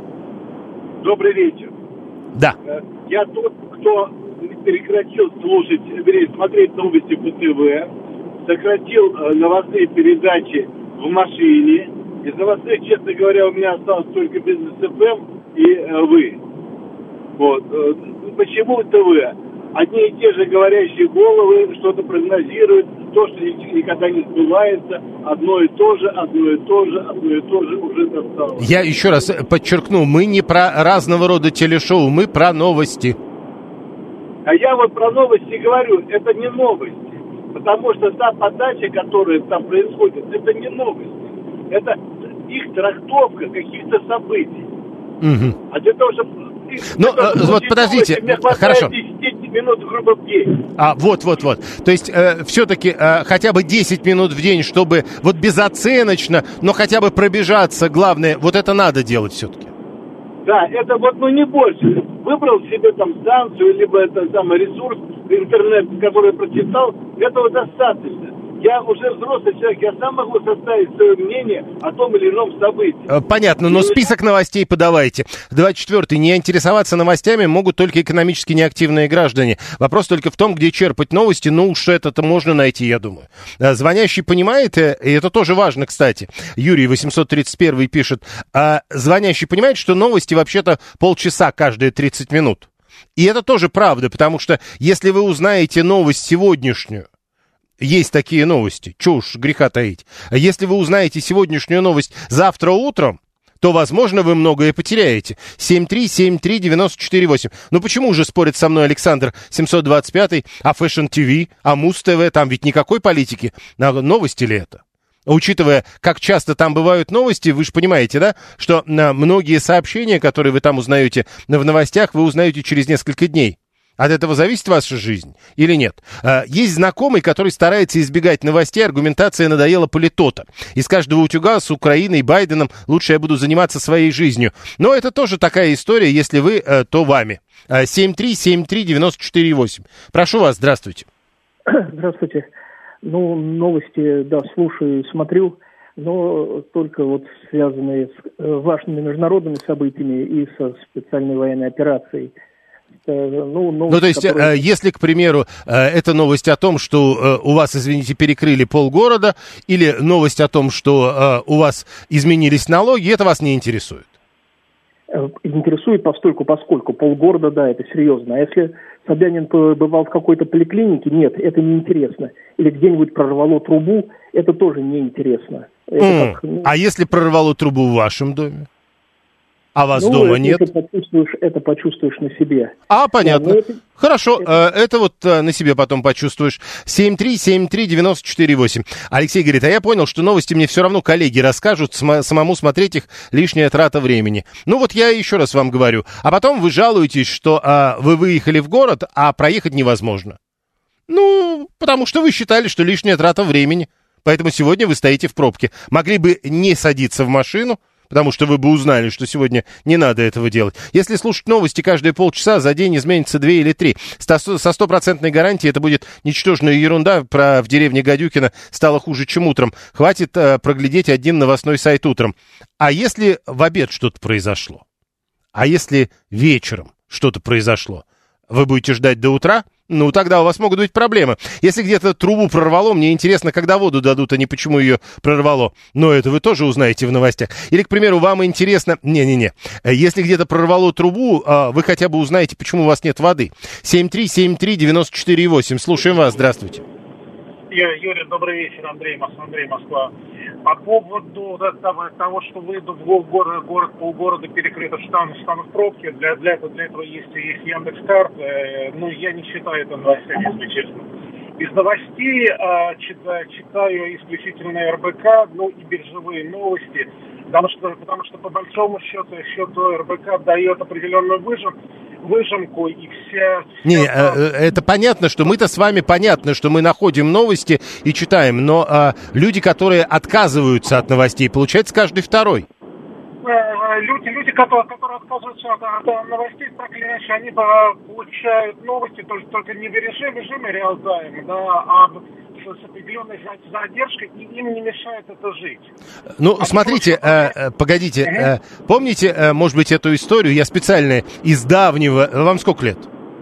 Добрый вечер. Да. Я тот, кто прекратил слушать, вернее, смотреть новости по ТВ, сократил э, новостные передачи в машине. Из новостных, честно говоря, у меня осталось только Бизнес эф эм и э, вы. Вот. Почему ТВ? Одни и те же говорящие головы что-то прогнозируют, то, что никогда не сбывается, одно и то же, одно и то же, одно и то же уже достало. Я еще раз подчеркну, мы не про разного рода телешоу, мы про новости. А я вот про новости говорю, это не новости, потому что та подача, которая там происходит, это не новости, это их трактовка каких-то событий. Угу. А для того, чтобы... Ну, э, вот подождите, хорошо. Минут, грубо, в день. А, вот, вот, вот. То есть, э, все-таки э, хотя бы десять минут в день, чтобы вот безоценочно, но хотя бы пробежаться, главное, вот это надо делать все-таки. Да, это вот, ну, не больше. Выбрал себе там станцию, либо это самый ресурс, интернет, который прочитал, этого достаточно. Я уже взрослый человек, я сам могу составить свое мнение о том или ином событии. Понятно, но список новостей подавайте. двадцать четвёртый. Не интересоваться новостями могут только экономически неактивные граждане. Вопрос только в том, где черпать новости. Ну уж это-то можно найти, я думаю. Звонящий понимает, и это тоже важно, кстати. Юрий восемьсот тридцать один пишет. А звонящий понимает, что новости вообще-то полчаса каждые тридцать минут. И это тоже правда, потому что если вы узнаете новость сегодняшнюю, есть такие новости, чё уж греха таить. А если вы узнаете сегодняшнюю новость завтра утром, то, возможно, вы многое потеряете. семь три семь три девять четыре восемь. Ну почему же спорит со мной Александр семьсот двадцать пять, а Fashion ти ви, а Муз-ТВ, там ведь никакой политики. Новости ли это? Учитывая, как часто там бывают новости, вы же понимаете, да, что многие сообщения, которые вы там узнаете в новостях, вы узнаете через несколько дней. От этого зависит ваша жизнь или нет? Есть знакомый, который старается избегать новостей, аргументация надоела политота. Из каждого утюга с Украиной и Байденом лучше я буду заниматься своей жизнью. Но это тоже такая история, если вы, то вами. семь три семь три девять четыре восемь. Прошу вас, здравствуйте. Здравствуйте. Ну, новости, да, слушаю и смотрю, но только вот связанные с важными международными событиями и со специальной военной операцией. Ну, новость, ну, то есть, которая... э, если, к примеру, э, это новость о том, что э, у вас, извините, перекрыли полгорода, или новость о том, что э, у вас изменились налоги, это вас не интересует? Интересует постольку, поскольку полгорода, да, это серьезно. А если Собянин бывал в какой-то поликлинике, нет, это неинтересно. Или где-нибудь прорвало трубу, это тоже неинтересно. Это mm. как, ну... А если прорвало трубу в вашем доме? А вас ну, дома это, нет? Это почувствуешь, это почувствуешь на себе. А, понятно. Да, это... Хорошо, это... это вот на себе потом почувствуешь. семь три семь три девять четыре восемь. Алексей говорит, а я понял, что новости мне все равно коллеги расскажут, см- самому смотреть их лишняя трата времени. Ну вот я еще раз вам говорю. А потом вы жалуетесь, что а, вы выехали в город, а проехать невозможно. Ну, потому что вы считали, что лишняя трата времени. Поэтому сегодня вы стоите в пробке. Могли бы не садиться в машину, потому что вы бы узнали, что сегодня не надо этого делать. Если слушать новости каждые полчаса, за день изменится две или три. Со стопроцентной гарантией это будет ничтожная ерунда. Про в деревне Гадюкино стало хуже, чем утром. Хватит э, проглядеть один новостной сайт утром. А если в обед что-то произошло? А если вечером что-то произошло? Вы будете ждать до утра? Ну, тогда у вас могут быть проблемы. Если где-то трубу прорвало, мне интересно, когда воду дадут, а не почему ее прорвало. Но это вы тоже узнаете в новостях. Или, к примеру, вам интересно... Не-не-не. Если где-то прорвало трубу, вы хотя бы узнаете, почему у вас нет воды. семь три семь три девять четыре восемь. Слушаем вас. Здравствуйте. Юрий, добрый вечер. Андрей, Андрей, Москва. По поводу того, что выйду в город, город полгорода перекрыто, станут, станут пробки, для, для, этого, для этого есть, есть Яндекс.Карт, э, ну, я не считаю это новостями, если честно. Из новостей э, читаю, читаю исключительно эр бэ ка, ну, и биржевые новости, потому что, потому что по большому счету, счету эр бэ ка дает определенную выжимку, выжимку и вся... Не, вся... это понятно, что мы-то с вами понятно, что мы находим новости и читаем, но а, люди, которые отказываются от новостей, получается, каждый второй. Люди, люди которые, которые отказываются от, от новостей, так или иначе, они получают новости только, только не в режиме, режиме реал-тайм, да, а с определенной задержкой, и им не мешает это жить. Ну, а смотрите, э, погодите, э, помните, э, может быть, эту историю, я специально из давнего... Вам сколько лет?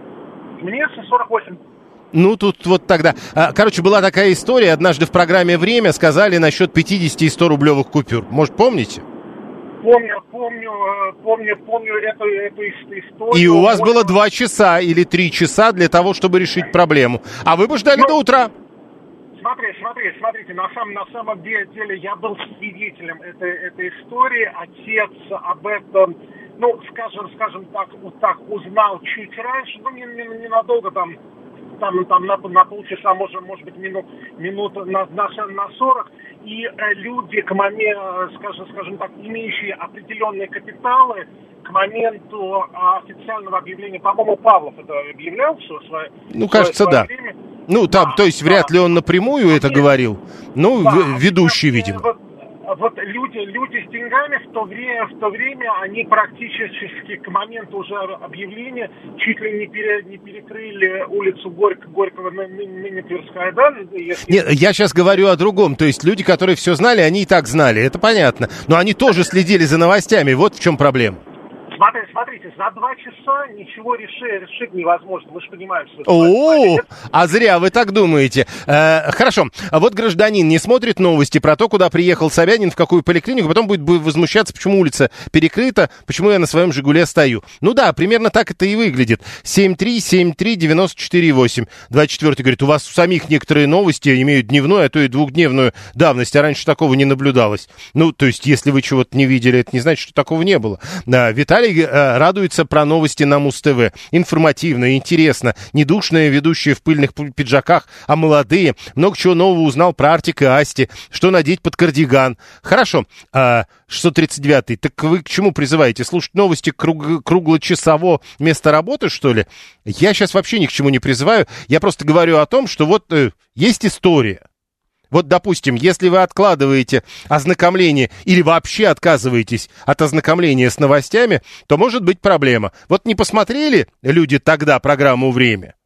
Мне сорок восемь. Ну, тут вот тогда... Короче, была такая история, однажды в программе «Время» сказали насчет пятьдесят и сто рублевых купюр. Может, помните? Помню, помню, помню, помню эту, эту историю. И у вас было два часа или три часа для того, чтобы решить проблему. А вы бы ждали ну, до утра. Смотри, смотри, смотрите, на самом, на самом деле я был свидетелем этой, этой истории. Отец об этом, ну, скажем, скажем так, вот так узнал чуть раньше, ну, ненадолго не, не там, там, там на, на полчаса, может, может быть, минут, минут на, на, на сорок. И э, люди, к моменту, скажем, скажем так, имеющие определенные капиталы, к моменту а, официального объявления, по-моему, Павлов это объявлял все свое Ну, кажется, свое да. время. Ну, там, да, то есть, да. вряд ли он напрямую это говорил. Ну, да, в, ведущий, видимо. Вот, вот люди, люди с деньгами в то время, в то время, они практически к моменту уже объявления чуть ли не, пере, не перекрыли улицу Горько, Горького, ныне Тверская, да? Если... Нет, я сейчас говорю о другом. То есть, люди, которые все знали, они и так знали, это понятно. Но они тоже следили за новостями, вот в чем проблема. Смотрите, смотрите, за два часа ничего решить, решить невозможно, мы же понимаем, что... О, а зря вы так думаете. Э, хорошо, а вот гражданин не смотрит новости про то, куда приехал Собянин, в какую поликлинику, потом будет возмущаться, почему улица перекрыта, почему я на своем «Жигуле» стою. Ну да, примерно так это и выглядит. семь три семь три девять четыре восемь. двадцать четвёртый говорит, у вас у самих некоторые новости имеют дневную, а то и двухдневную давность, а раньше такого не наблюдалось. Ну, то есть, если вы чего-то не видели, это не значит, что такого не было. Да, Виталий радуется про новости на Муз-ТВ. Информативно, интересно. Недушные ведущие в пыльных пиджаках, а молодые. Много чего нового узнал про Артик и Асти. Что надеть под кардиган. Хорошо. А, шестьсот тридцать девятый. Так вы к чему призываете? Слушать новости круг, круглочасово вместо работы, что ли? Я сейчас вообще ни к чему не призываю. Я просто говорю о том, что вот э, есть история. Вот, допустим, если вы откладываете ознакомление или вообще отказываетесь от ознакомления с новостями, то может быть проблема. Вот не посмотрели люди тогда программу «Время»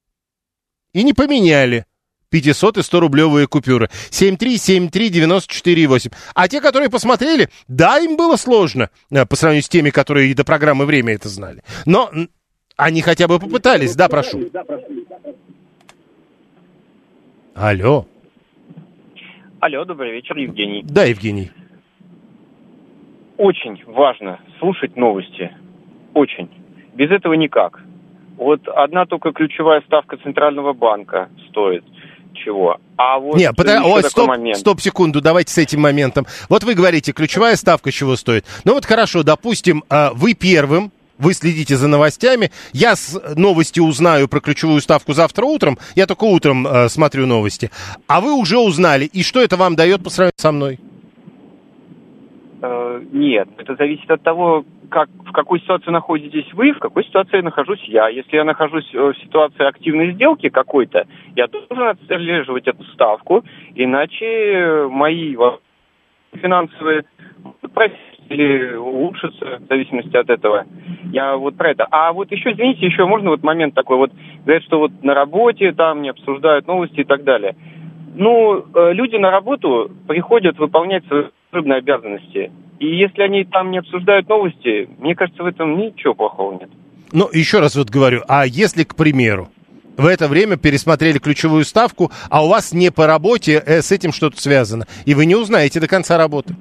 и не поменяли пятьсот и сто рублевые купюры. семь три семь три девять четыре восемь. А те, которые посмотрели, да, им было сложно по сравнению с теми, которые и до программы «Время» это знали. Но они хотя бы попытались. Да, прошу. Алло. Алло, добрый вечер, Евгений. Да, Евгений. Очень важно слушать новости. Очень. Без этого никак. Вот одна только ключевая ставка Центрального банка стоит чего. А вот Не, под... Ой, стоп, момент. стоп, секунду, давайте с этим моментом. Вот вы говорите, ключевая ставка чего стоит. Ну вот хорошо, допустим, вы первым, вы следите за новостями. Я с новости узнаю про ключевую ставку завтра утром. Я только утром э, смотрю новости. А вы уже узнали. И что это вам дает по сравнению со мной? Э, нет, это зависит от того, как, в какой ситуации находитесь вы, в какой ситуации нахожусь я. Если я нахожусь в ситуации активной сделки какой-то, я должен отслеживать эту ставку, иначе мои финансовые или улучшится в зависимости от этого. Я вот про это. А вот еще, извините, еще можно вот момент такой вот, говорят, что вот на работе там не обсуждают новости и так далее. Ну, люди на работу приходят выполнять свои служебные обязанности. И если они там не обсуждают новости, мне кажется, в этом ничего плохого нет. Ну, еще раз вот говорю, а если, к примеру, в это время пересмотрели ключевую ставку, а у вас не по работе э, с этим что-то связано, и вы не узнаете до конца работы.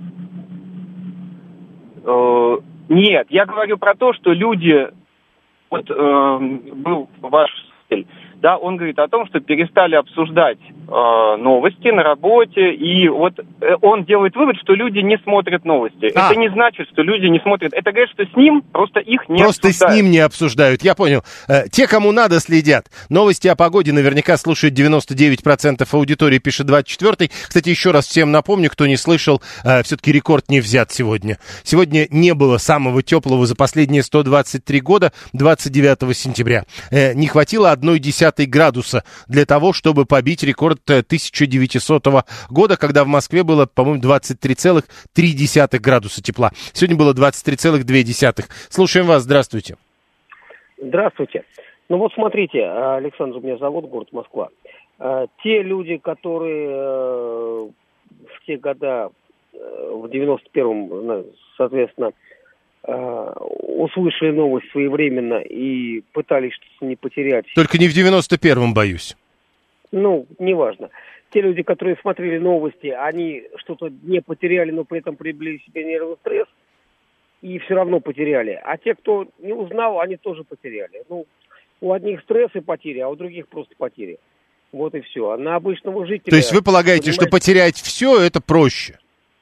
Э, нет, я говорю про то, что люди... Вот э, был ваш слушатель, да, он говорит о том, что перестали обсуждать э, новости на работе, и вот э, он делает вывод, что люди не смотрят новости. А. Это не значит, что люди не смотрят. Это говорит, что с ним просто их не просто обсуждают. Просто с ним не обсуждают, я понял. Э, те, кому надо, следят. Новости о погоде наверняка слушают девяносто девять процентов аудитории, пишет двадцать четвёртый. Кстати, еще раз всем напомню, кто не слышал, э, все-таки рекорд не взят сегодня. Сегодня не было самого теплого за последние сто двадцать три года, двадцать девятого сентября. Э, не хватило одной десятой градуса для того, чтобы побить рекорд тысяча девятисотого года, когда в Москве было, по-моему, двадцать три целых три десятых градуса тепла. Сегодня было двадцать три целых две десятых. Слушаем вас, здравствуйте. Здравствуйте. Ну вот смотрите, Александр меня зовут, город Москва. Те люди, которые в те года, в девяносто первом, соответственно, услышали новость своевременно и пытались что-то не потерять. Только не в девяносто первом, боюсь. Ну, неважно. Те люди, которые смотрели новости, они что-то не потеряли, но при этом приобрели себе нервный стресс и все равно потеряли. А те, кто не узнал, они тоже потеряли. Ну, у одних стресс и потери, а у других просто потери. Вот и все. А на обычного жителя... То есть вы полагаете, что потерять все это проще?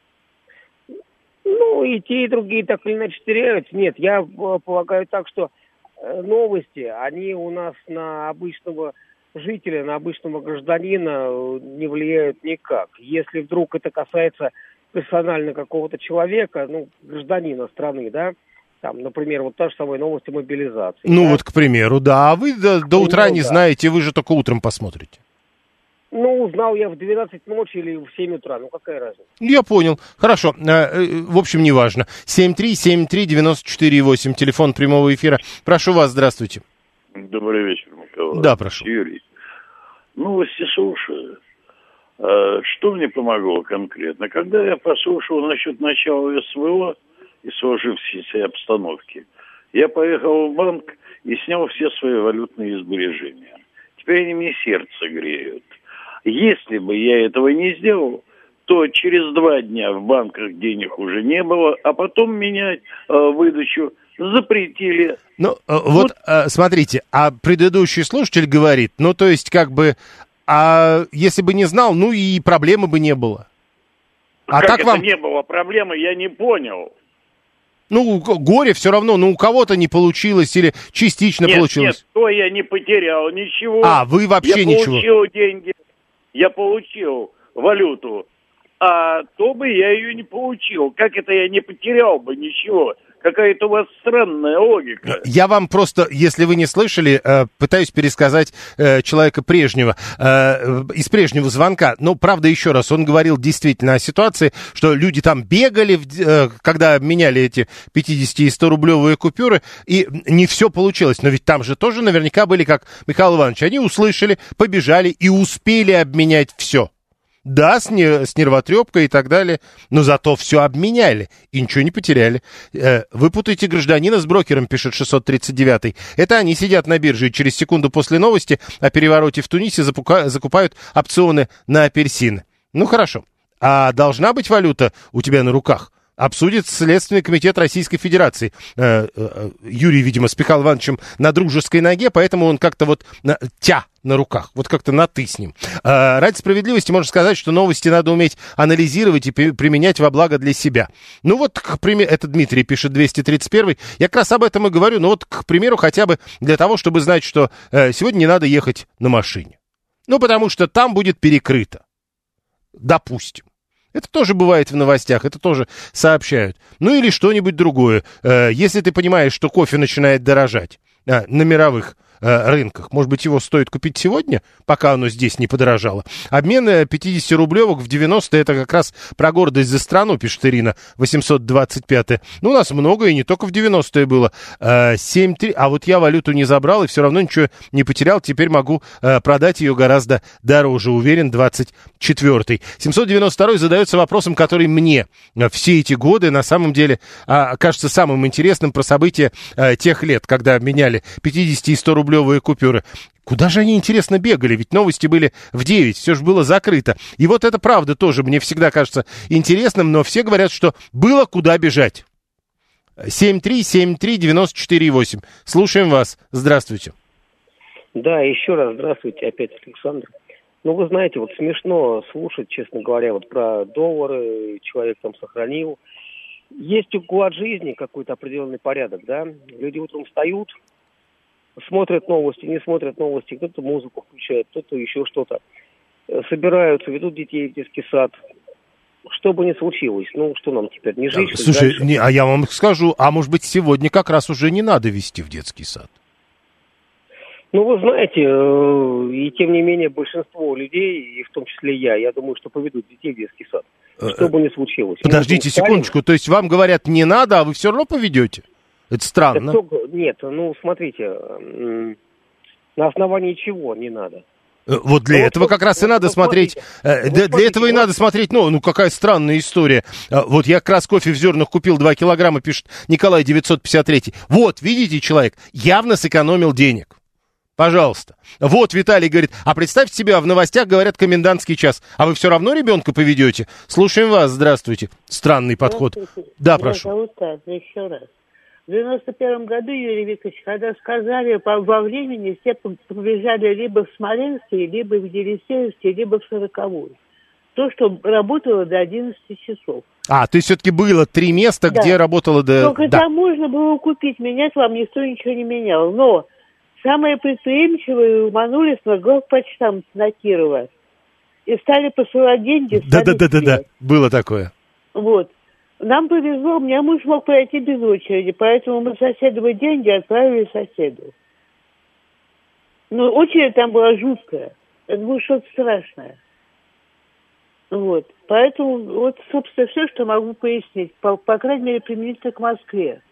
Ну, и те, и другие так или иначе теряют. Нет, я полагаю так, что новости, они у нас на обычного жителя, на обычного гражданина не влияют никак. Если вдруг это касается персонально какого-то человека, ну, гражданина страны, да, там, например, вот та же самая новость о мобилизации. Ну, да? вот, к примеру, да. А вы до, до утра ну, не да. знаете, вы же только утром посмотрите. Ну, узнал я в двенадцать ночи или в семь утра, ну какая разница? Я понял. Хорошо. В общем, неважно. семь три семь три девять четыре восемь, телефон прямого эфира. Прошу вас, здравствуйте. Добрый вечер, Николай. Да, прошу. Юрий. Новости слушаю. Что мне помогло конкретно? Когда я послушал насчет начала СВО и сложившейся обстановки, я поехал в банк и снял все свои валютные сбережения. Теперь они мне сердце греют. Если бы я этого не сделал, то через два дня в банках денег уже не было, а потом менять э, выдачу запретили. Ну, вот, вот э, смотрите, а предыдущий слушатель говорит, ну, то есть, как бы, а если бы не знал, ну, и проблемы бы не было. А как так это вам... не было проблемы, я не понял. Ну, горе все равно, ну, у кого-то не получилось или частично нет, получилось. Нет, то я не потерял ничего. А, вы вообще я ничего. Я получил деньги, я получил валюту, а то бы я ее не получил. Как это я не потерял бы ничего? Какая-то у вас странная логика. Я вам просто, если вы не слышали, пытаюсь пересказать человека прежнего, из прежнего звонка. Но, правда, еще раз, он говорил действительно о ситуации, что люди там бегали, когда меняли эти пятьдесят- и сто-рублевые купюры, и не все получилось. Но ведь там же тоже наверняка были, как Михаил Иванович, они услышали, побежали и успели обменять все. Да, с, не, с нервотрепкой и так далее, но зато все обменяли и ничего не потеряли. Э, вы путаете гражданина с брокером, пишет шестьсот тридцать девятый. Это они сидят на бирже и через секунду после новости о перевороте в Тунисе запука, закупают опционы на апельсины. Ну хорошо, а должна быть валюта у тебя на руках? Обсудит Следственный комитет Российской Федерации. Э, э, Юрий, видимо, с Михаилом Ивановичем на дружеской ноге, поэтому он как-то вот на, тя на руках, вот как-то на ты с ним. Э, ради справедливости можно сказать, что новости надо уметь анализировать и при, применять во благо для себя. Ну вот, к примеру, это Дмитрий пишет двести тридцать первый. Я как раз об этом и говорю, ну вот, к примеру, хотя бы для того, чтобы знать, что э, сегодня не надо ехать на машине. Ну, потому что там будет перекрыто. Допустим. Это тоже бывает в новостях, это тоже сообщают. Ну или что-нибудь другое. Если ты понимаешь, что кофе начинает дорожать на мировых рынках, может быть, его стоит купить сегодня, пока оно здесь не подорожало. Обмен пятидесятирублевок в девяностые, это как раз про гордость за страну, пишет Ирина, восемьсот двадцать пятый. Ну, у нас много, и не только в девяностые было. семь три, а вот я валюту не забрал, и все равно ничего не потерял, теперь могу продать ее гораздо дороже, уверен, двадцать четвёртый. семьсот девяносто второй задается вопросом, который мне все эти годы, на самом деле, кажется самым интересным про события тех лет, когда обменяли пятьдесят и сто рублевые купюры. Куда же они, интересно, бегали? Ведь новости были в девять, все же было закрыто. И вот это правда тоже мне всегда кажется интересным, но все говорят, что было куда бежать. семь три семь три девяносто четыре восемь. Слушаем вас. Здравствуйте. Да, еще раз здравствуйте, опять Александр. Ну, вы знаете, вот смешно слушать, честно говоря, вот про доллары, человек там сохранил. Есть уклад жизни, какой-то определенный порядок, да. Люди утром встают, смотрят новости, не смотрят новости, кто-то музыку включает, кто-то еще что-то. Собираются, ведут детей в детский сад. Что бы ни случилось, ну, что нам теперь, не жить? Слушай, не, а я вам скажу, а может быть, сегодня как раз уже не надо везти в детский сад? Ну, вы знаете, и тем не менее большинство людей, и в том числе я, я думаю, что поведут детей в детский сад. Что бы ни случилось. Подождите Мы секундочку, то есть вам говорят не надо, а вы все равно поведете? Это странно. Да, кто... Нет, ну, смотрите, на основании чего не надо? Вот для ну, этого вот, как раз вот, и надо вот, смотреть, вот, для, для этого и вот. надо смотреть, ну, ну, какая странная история. Вот я как раз кофе в зернах купил два килограмма, пишет Николай девятьсот пятьдесят три. Вот, видите, человек явно сэкономил денег. Пожалуйста. Вот Виталий говорит, а представьте себе, а в новостях говорят комендантский час, а вы все равно ребенка поведете? Слушаем вас, здравствуйте. Странный подход. Да, прошу. Меня зовут Тася, еще раз. В девяносто первом году, Юрий Викторович, когда сказали, во времени все побежали либо в Смоленске, либо в Елисеевске, либо в Сороковую. То, что работало до одиннадцати часов. А, то есть все-таки было три места, да. где работало до... Только да. там можно было купить, менять вам никто ничего не менял. Но самые предприимчивые уманулись на главпочтамт на Кирова. И стали посылать деньги. Да-да-да-да, было такое. Вот. Нам повезло, у меня муж мог пройти без очереди, поэтому мы соседовые деньги отправили соседу. Но очередь там была жуткая. Это было что-то страшное. Вот. Поэтому вот, собственно, все, что могу пояснить. По, по крайней мере, применительно к Москве.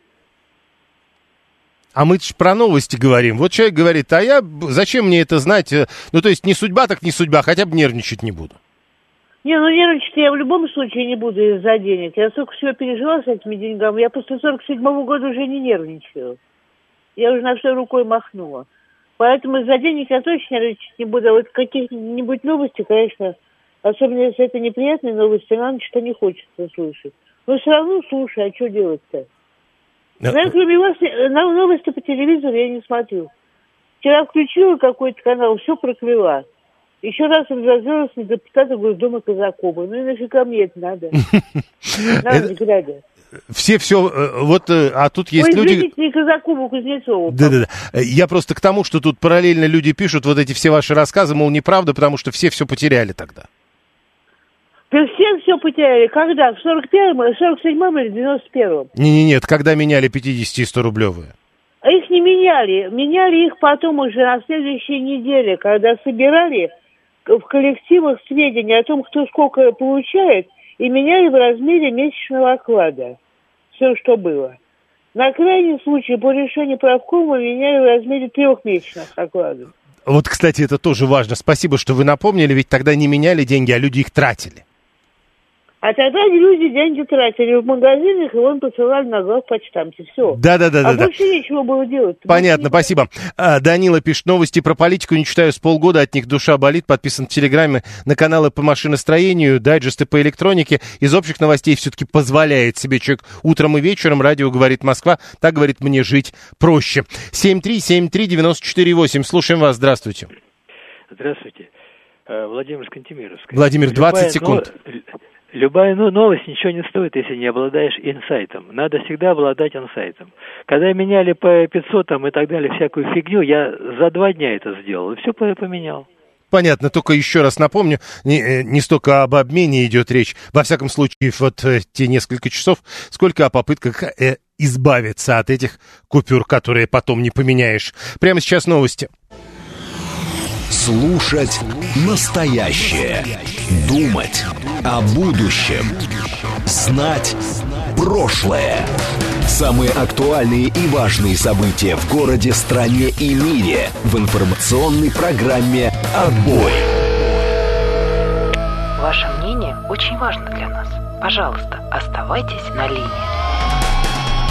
А мы про новости говорим. Вот человек говорит, а я, зачем мне это знать? Ну, то есть, не судьба, так не судьба, хотя бы нервничать не буду. Не, ну нервничать я в любом случае не буду из-за денег. Я столько всего пережила с этими деньгами. Я после сорок седьмого года уже не нервничаю. Я уже на все рукой махнула. Поэтому из-за денег я точно нервничать не буду. А вот каких-нибудь новости, конечно, особенно если это неприятные новости, на ночь что не хочется слушать. Но все равно слушай, а что делать-то? Но я, кроме вас, на новости по телевизору я не смотрю. Вчера включила какой-то канал, все прокляла. Еще раз разозлилась на депутата Госдумы Казакова. Ну и нафига мне это надо? Надо глядя. Все, все, вот, а тут есть люди... Вы извините, не Казакову, Кузнецову. Да-да-да. Я просто к тому, что тут параллельно люди пишут вот эти все ваши рассказы, мол, неправда, потому что все все потеряли тогда. Да все все потеряли. Когда? В сорок первом, сорок седьмом или девяносто первом? Не-не-нет, когда меняли пятьдесят- и сто-рублевые? А их не меняли. Меняли их потом уже на следующей неделе, когда собирали в коллективах сведения о том, кто сколько получает, и меняли в размере месячного оклада. Все, что было. На крайний случай, по решению правкома, меняли в размере трехмесячных окладов. Вот, кстати, это тоже важно. Спасибо, что вы напомнили, ведь тогда не меняли деньги, а люди их тратили. А тогда люди деньги тратили в магазинах, и вон посылали на главпочтамте. Все. Да-да-да. А да, больше да. нечего было делать. Понятно, спасибо. А, Данила пишет, новости про политику не читаю с полгода, от них душа болит. Подписан в Телеграме на каналы по машиностроению, дайджесты по электронике. Из общих новостей все-таки позволяет себе человек утром и вечером. Радио говорит Москва. Так, говорит, мне жить проще. семь три семь три девяносто четыре восемь. Слушаем вас. Здравствуйте. Здравствуйте. Владимир Скантемировский. Владимир, двадцать секунд. Любая ну, новость ничего не стоит, если не обладаешь инсайтом. Надо всегда обладать инсайтом. Когда меняли по пятьсот там, и так далее, всякую фигню, я за два дня это сделал, и все поменял. Понятно, только еще раз напомню, не, не столько об обмене идет речь, во всяком случае, вот те несколько часов, сколько о попытках э, избавиться от этих купюр, которые потом не поменяешь. Прямо сейчас новости. Слушать настоящее. Думать о будущем. Знать прошлое. Самые актуальные и важные события в городе, стране и мире в информационной программе «Отбой». Ваше мнение очень важно для нас. Пожалуйста, оставайтесь на линии.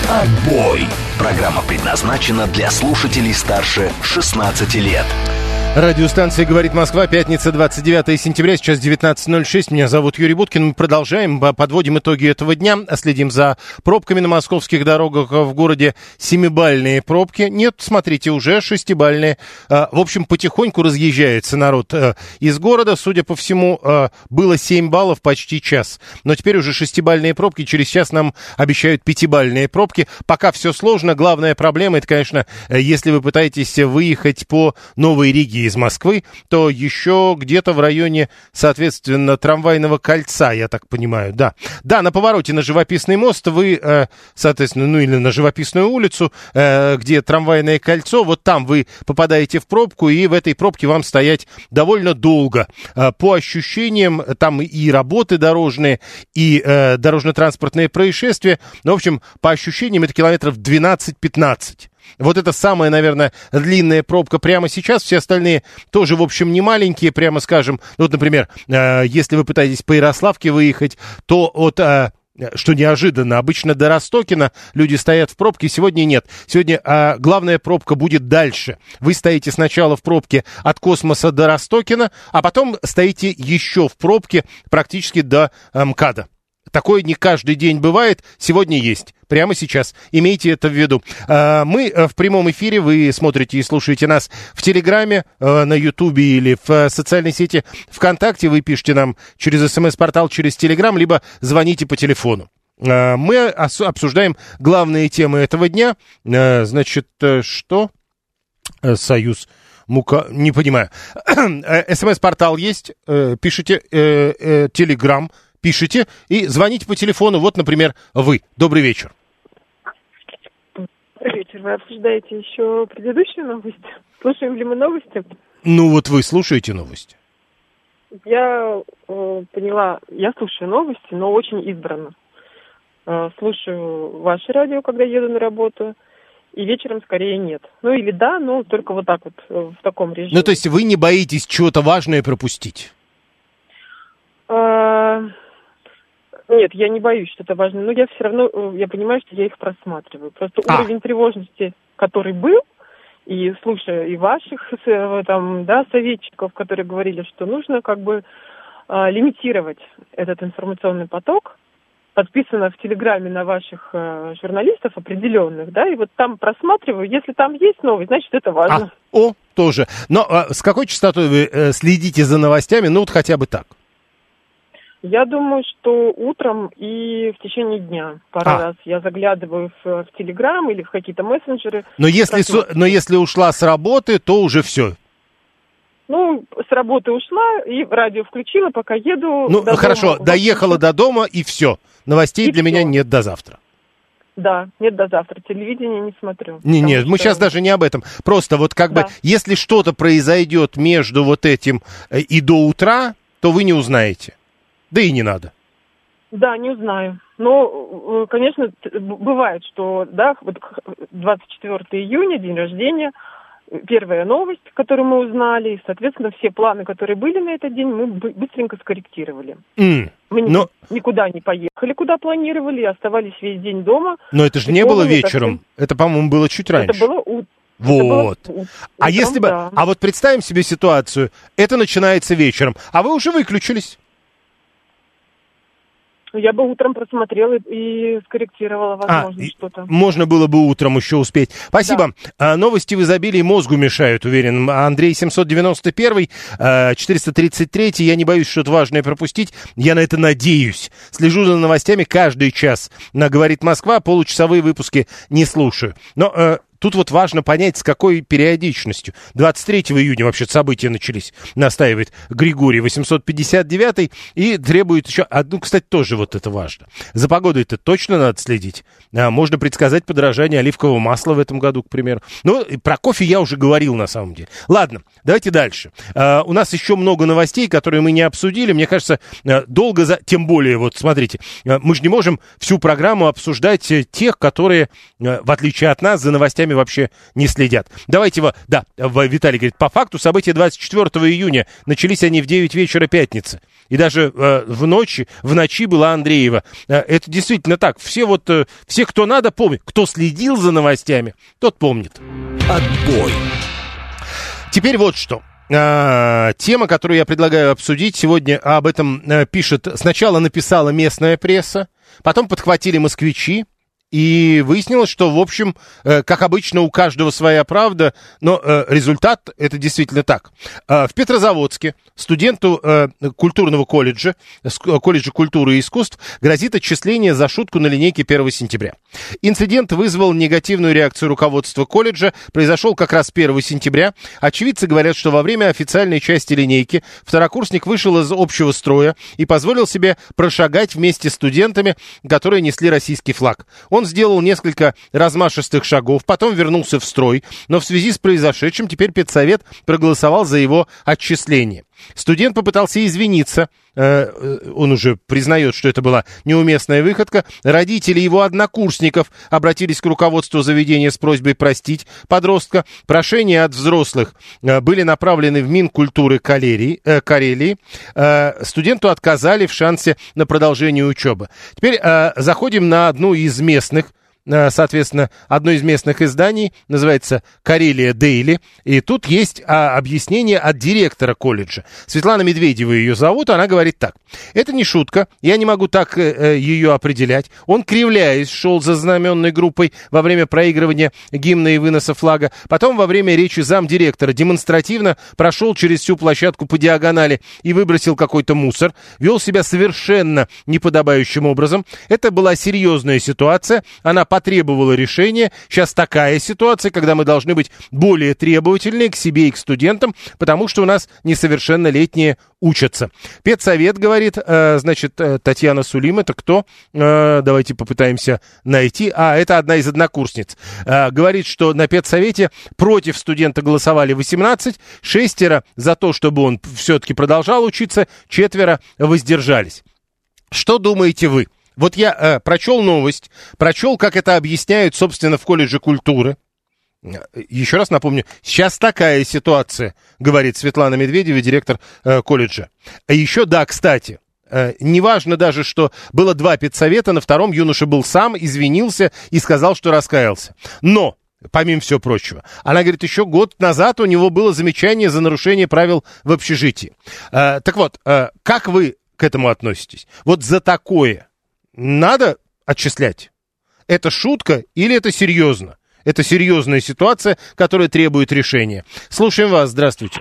Отбой. Программа предназначена для слушателей старше шестнадцати лет. Радиостанция «Говорит Москва», пятница, двадцать девятое сентября, сейчас девятнадцать ноль шесть. Меня зовут Юрий Буткин. Мы продолжаем, подводим итоги этого дня, следим за пробками на московских дорогах. В городе семибальные пробки. Нет, смотрите, уже шестибальные. В общем, потихоньку разъезжается народ из города. Судя по всему, было семь баллов почти час. Но теперь уже шестибальные пробки. Через час нам обещают пятибальные пробки. Пока все сложно. Главная проблема, это, конечно, если вы пытаетесь выехать по Новой Риге из Москвы, то еще где-то в районе, соответственно, трамвайного кольца, я так понимаю, да. Да, на повороте на Живописный мост вы, э, соответственно, ну или на Живописную улицу, э, где трамвайное кольцо, вот там вы попадаете в пробку, и в этой пробке вам стоять довольно долго. Э, по ощущениям, там и работы дорожные, и э, дорожно-транспортные происшествия, ну, в общем, по ощущениям, это километров двенадцать-пятнадцать. Вот это самая, наверное, длинная пробка прямо сейчас. Все остальные тоже, в общем, не маленькие, прямо скажем. Ну, вот, например, э, если вы пытаетесь по Ярославке выехать, то от... Э, что неожиданно, обычно до Ростокина люди стоят в пробке, сегодня нет. Сегодня э, главная пробка будет дальше. Вы стоите сначала в пробке от Космоса до Ростокина, а потом стоите еще в пробке практически до э, МКАДа. Такое не каждый день бывает, сегодня есть. Прямо сейчас. Имейте это в виду. Мы в прямом эфире, вы смотрите и слушаете нас в Телеграме, на Ютубе или в социальной сети ВКонтакте. Вы пишете нам через СМС-портал, через Телеграм, либо звоните по телефону. Мы обсуждаем главные темы этого дня. Значит, что? Союз. Мука, не понимаю. СМС-портал есть, пишите, Телеграм. Пишите и звоните по телефону. Вот, например, вы. Добрый вечер. Добрый вечер. Вы обсуждаете еще предыдущие новости? Слушаем ли мы новости? Ну, вот вы слушаете новости. Я э, поняла, я слушаю новости, но очень избранно. Э, слушаю ваше радио, когда еду на работу, и вечером скорее нет. Ну, или да, но только вот так вот, э, в таком режиме. Ну, то есть вы не боитесь чего-то важное пропустить? Э, Нет, я не боюсь, что это важно, но я все равно, я понимаю, что я их просматриваю. Просто а. уровень тревожности, который был, и слушая и ваших там, да, советчиков, которые говорили, что нужно как бы э, лимитировать этот информационный поток, подписано в Телеграме на ваших э, журналистов определенных, да, и вот там просматриваю, если там есть новость, значит, это важно. А, о, тоже. Но э, с какой частотой вы э, следите за новостями, ну вот хотя бы так? Я думаю, что утром и в течение дня пару а. раз я заглядываю в, в Телеграм или в какие-то мессенджеры. Но если, с, но если ушла с работы, то уже все. Ну, с работы ушла и радио включила, пока еду. Ну, до хорошо, дома. доехала до дома и все. Новостей и для все. Меня нет до завтра. Да, нет до завтра. Телевидение не смотрю. Не, нет, что... мы сейчас даже не об этом. Просто вот как да. бы, если что-то произойдет между вот этим и до утра, то вы не узнаете. Да и не надо. Да, не узнаю. Но, конечно, бывает, что, да, вот двадцать четвёртого июня, день рождения, первая новость, которую мы узнали, и, соответственно, все планы, которые были на этот день, мы быстренько скорректировали. Mm. Мы Но... никуда не поехали, куда планировали, оставались весь день дома. Но это же не было вечером. Совсем... Это, по-моему, было чуть раньше. Это было утром. Вот. Это было... А если бы... Да. А вот представим себе ситуацию. Это начинается вечером, а вы уже выключились. Я бы утром просмотрела и скорректировала, возможно, а, что-то. Можно было бы утром еще успеть. Спасибо. Да. А, новости в изобилии мозгу мешают, уверен. Андрей семьсот девяносто один, четыреста тридцать три. Я не боюсь что-то важное пропустить. Я на это надеюсь. Слежу за новостями каждый час. На «Говорит Москва», получасовые выпуски не слушаю. Но... Э, Тут вот важно понять, с какой периодичностью. двадцать третьего июня вообще события начались, настаивает Григорий восемьсот пятьдесят девять, и требует еще одну, кстати, тоже вот это важно. За погодой-то точно надо следить. А, можно предсказать подорожание оливкового масла в этом году, к примеру. Ну, про кофе я уже говорил на самом деле. Ладно, давайте дальше. А, у нас еще много новостей, которые мы не обсудили. Мне кажется, долго за... Тем более, вот смотрите, мы же не можем всю программу обсуждать тех, которые, в отличие от нас, за новостями новостями вообще не следят. Давайте, да, Виталий говорит, по факту события двадцать четвёртого июня, начались они в девять вечера пятницы. И даже э, в ночи, в ночи была Андреева. Э, это действительно так. Все вот, э, все, кто надо, помнят. Кто следил за новостями, тот помнит. Отбой. Теперь вот что. А, тема, которую я предлагаю обсудить сегодня, об этом а, пишет, сначала написала местная пресса, потом подхватили москвичи, и выяснилось, что, в общем, э, как обычно, у каждого своя правда, но э, результат — это действительно так. Э, в Петрозаводске студенту э, культурного колледжа, колледжа культуры и искусств, грозит отчисление за шутку на линейке первого сентября. Инцидент вызвал негативную реакцию руководства колледжа, произошел как раз первого сентября. Очевидцы говорят, что во время официальной части линейки второкурсник вышел из общего строя и позволил себе прошагать вместе с студентами, которые несли российский флаг. Он сделал несколько размашистых шагов, потом вернулся в строй, но в связи с произошедшим теперь педсовет проголосовал за его отчисление. Студент попытался извиниться, э, он уже признает, что это была неуместная выходка. Родители его однокурсников обратились к руководству заведения с просьбой простить подростка. Прошения от взрослых э, были направлены в Минкультуры Карелии. Э, Карелии. Э, студенту отказали в шансе на продолжение учебы. Теперь э, заходим на одну из местных, соответственно, одно из местных изданий, называется «Карелия Дейли», и тут есть а, объяснение от директора колледжа. Светлана Медведева ее зовут, она говорит так. Это не шутка, я не могу так э, ее определять. Он, кривляясь, шел за знаменной группой во время проигрывания гимна и выноса флага. Потом во время речи замдиректора демонстративно прошел через всю площадку по диагонали и выбросил какой-то мусор. Вел себя совершенно неподобающим образом. Это была серьезная ситуация, она потребовала решения. Сейчас такая ситуация, когда мы должны быть более требовательны к себе и к студентам, потому что у нас несовершеннолетние учатся. Педсовет говорит, э, значит, Татьяна Сулим, это кто? Э, давайте попытаемся найти. А, это одна из однокурсниц. Э, говорит, что на педсовете против студента голосовали восемнадцать, шестеро за то, чтобы он все-таки продолжал учиться, четверо воздержались. Что думаете вы? Вот я э, прочел новость, прочел, как это объясняют, собственно, в колледже культуры. Еще раз напомню, сейчас такая ситуация, говорит Светлана Медведева, директор э, колледжа. А еще, да, кстати, э, неважно даже, что было два педсовета, на втором юноша был сам, извинился и сказал, что раскаялся. Но, помимо всего прочего, она говорит, еще год назад у него было замечание за нарушение правил в общежитии. Э, так вот, э, как вы к этому относитесь? Вот за такое надо отчислять? Это шутка или это серьезно? Это серьезная ситуация, которая требует решения. Слушаем вас, здравствуйте.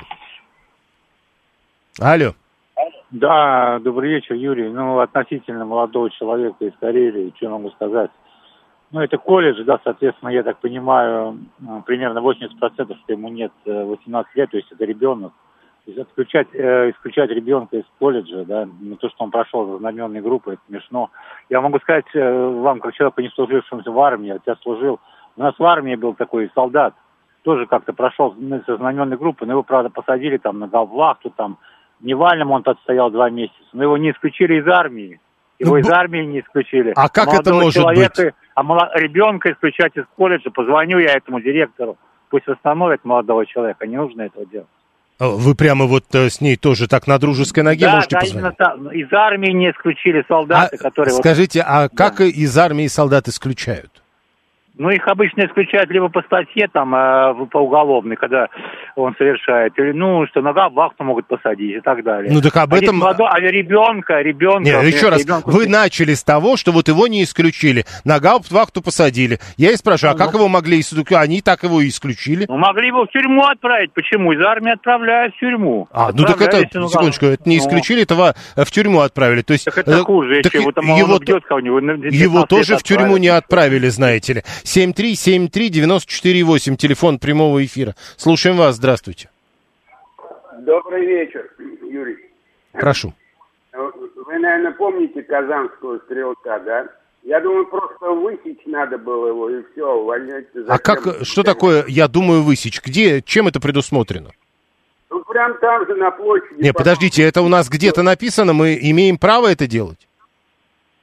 Алло. Да, добрый вечер, Юрий. Ну, относительно молодого человека из Карелии, что могу сказать? Ну, это колледж, да, соответственно, я так понимаю, примерно восемьдесят процентов, что ему нет восемнадцати лет, то есть это ребенок. То есть исключать, э, исключать ребенка из колледжа, да, не то, что он прошел за знаменной группой, это смешно. Я могу сказать э, вам, как человеку, не служившемуся в армии, я тебя служил, у нас в армии был такой солдат, тоже как-то прошел со знаменной группы, но его, правда, посадили там на гауптвахту, там, в Невальном он отстоял два месяца, но его не исключили из армии, его ну, из армии не исключили. А как это может человека, быть? А молод... ребенка исключать из колледжа, позвоню я этому директору, пусть восстановит молодого человека, не нужно этого делать. Вы прямо вот э, с ней тоже так на дружеской ноге да, можете да, позвонить? Да, именно так. Из армии не исключили солдаты, а, которые... Скажите, вот... а как да. из армии солдат исключают? Ну, их обычно исключают либо по статье, там, э, по уголовной, когда он совершает, или, ну, что на вахту могут посадить и так далее. Ну, так об а этом... Молодой, а ребенка, ребенка... Нет, еще раз, ребенку... вы начали с того, что вот его не исключили, на гауптвахту посадили. Я и спрашиваю, а как его могли исключить? Они так его и исключили. Ну, могли его в тюрьму отправить. Почему? Из армии отправляют в тюрьму. А, ну так это, секундочку, это не исключили, этого в тюрьму отправили. То есть, так это хуже, так если там его, он бьет кого-нибудь. Его тоже в тюрьму не отправили, знаете ли. семь три семь три девяносто четыре восемь, телефон прямого эфира. Слушаем вас, здравствуйте. Добрый вечер, Юрий. Прошу. Вы, наверное, помните казанского стрелка, да? Я думаю, просто высечь надо было его, и все, увольнять. А как, что такое, я думаю, высечь? Где, чем это предусмотрено? Ну, прям там же, на площади. Не, подождите, это у нас где-то написано, мы имеем право это делать?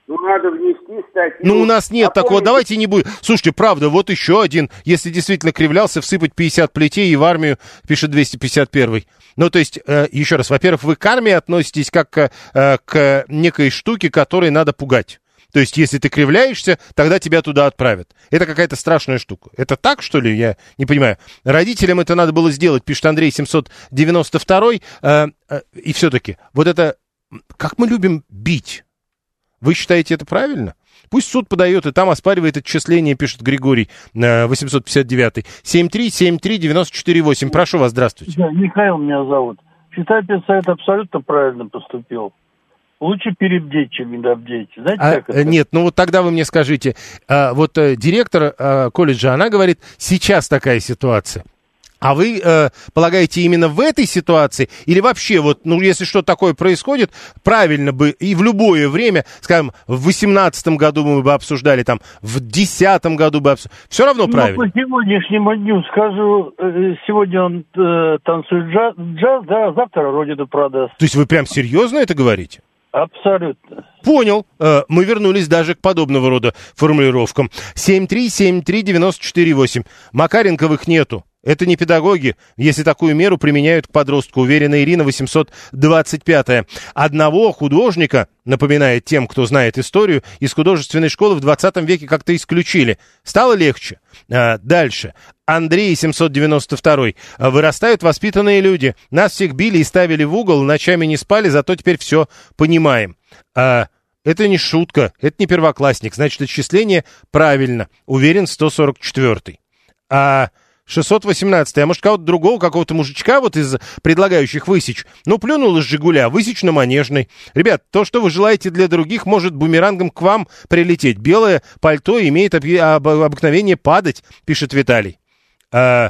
Ну, надо внести статью. Ну, у нас нет а такого, помните... давайте не будем. Слушайте, правда, вот еще один, если действительно кривлялся, всыпать пятьдесят плетей и в армию, пишет двести пятьдесят первый. Ну, то есть, э, еще раз, во-первых, вы к армии относитесь как к, э, к некой штуке, которой надо пугать. То есть, если ты кривляешься, тогда тебя туда отправят. Это какая-то страшная штука. Это так, что ли? Я не понимаю. Родителям это надо было сделать, пишет Андрей семьсот девяносто два. Э, э, и все-таки, вот это, как мы любим бить. Вы считаете это правильно? Пусть суд подает и там оспаривает отчисление, пишет Григорий, восемьсот пятьдесят девять. семь три семь три девять четыре восемь. Прошу вас, здравствуйте. Да, Михаил меня зовут. Считаю, педсовет абсолютно правильно поступил. Лучше перебдеть, чем недобдеть. Знаете, а, как это? Нет, ну вот тогда вы мне скажите. А, вот а, директор а, колледжа, она говорит, сейчас такая ситуация. А вы э, полагаете именно в этой ситуации? Или вообще, вот, ну, если что-то такое происходит, правильно бы и в любое время, скажем, в восемнадцатом году мы бы обсуждали, там, в десятом году бы обсуждали. Все равно правильно. Ну, по сегодняшнему дню скажу, сегодня он э, танцует джаз, джаз, да, завтра родину продаст. То есть вы прям серьезно это говорите? Абсолютно. Понял. Мы вернулись даже к подобного рода формулировкам. семь три семь три девять четыре восемь. Макаренковых нету. Это не педагоги, если такую меру применяют к подростку, уверена Ирина, восемьсот двадцать пятая. Одного художника, напоминает тем, кто знает историю, из художественной школы в двадцатом веке как-то исключили. Стало легче. А, дальше. Андрей, семьсот девяносто два. Вырастают воспитанные люди. Нас всех били и ставили в угол, ночами не спали, зато теперь все понимаем. А, это не шутка, это не первоклассник. Значит, отчисление правильно. Уверен, сто сорок четвёртый. А... шестьсот восемнадцатый, а может кого-то другого, какого-то мужичка вот из предлагающих высечь. Ну, плюнул из «Жигуля», высечь на Манежной. Ребят, то, что вы желаете для других, может бумерангом к вам прилететь. Белое пальто имеет об- об- обыкновение падать, пишет Виталий. А,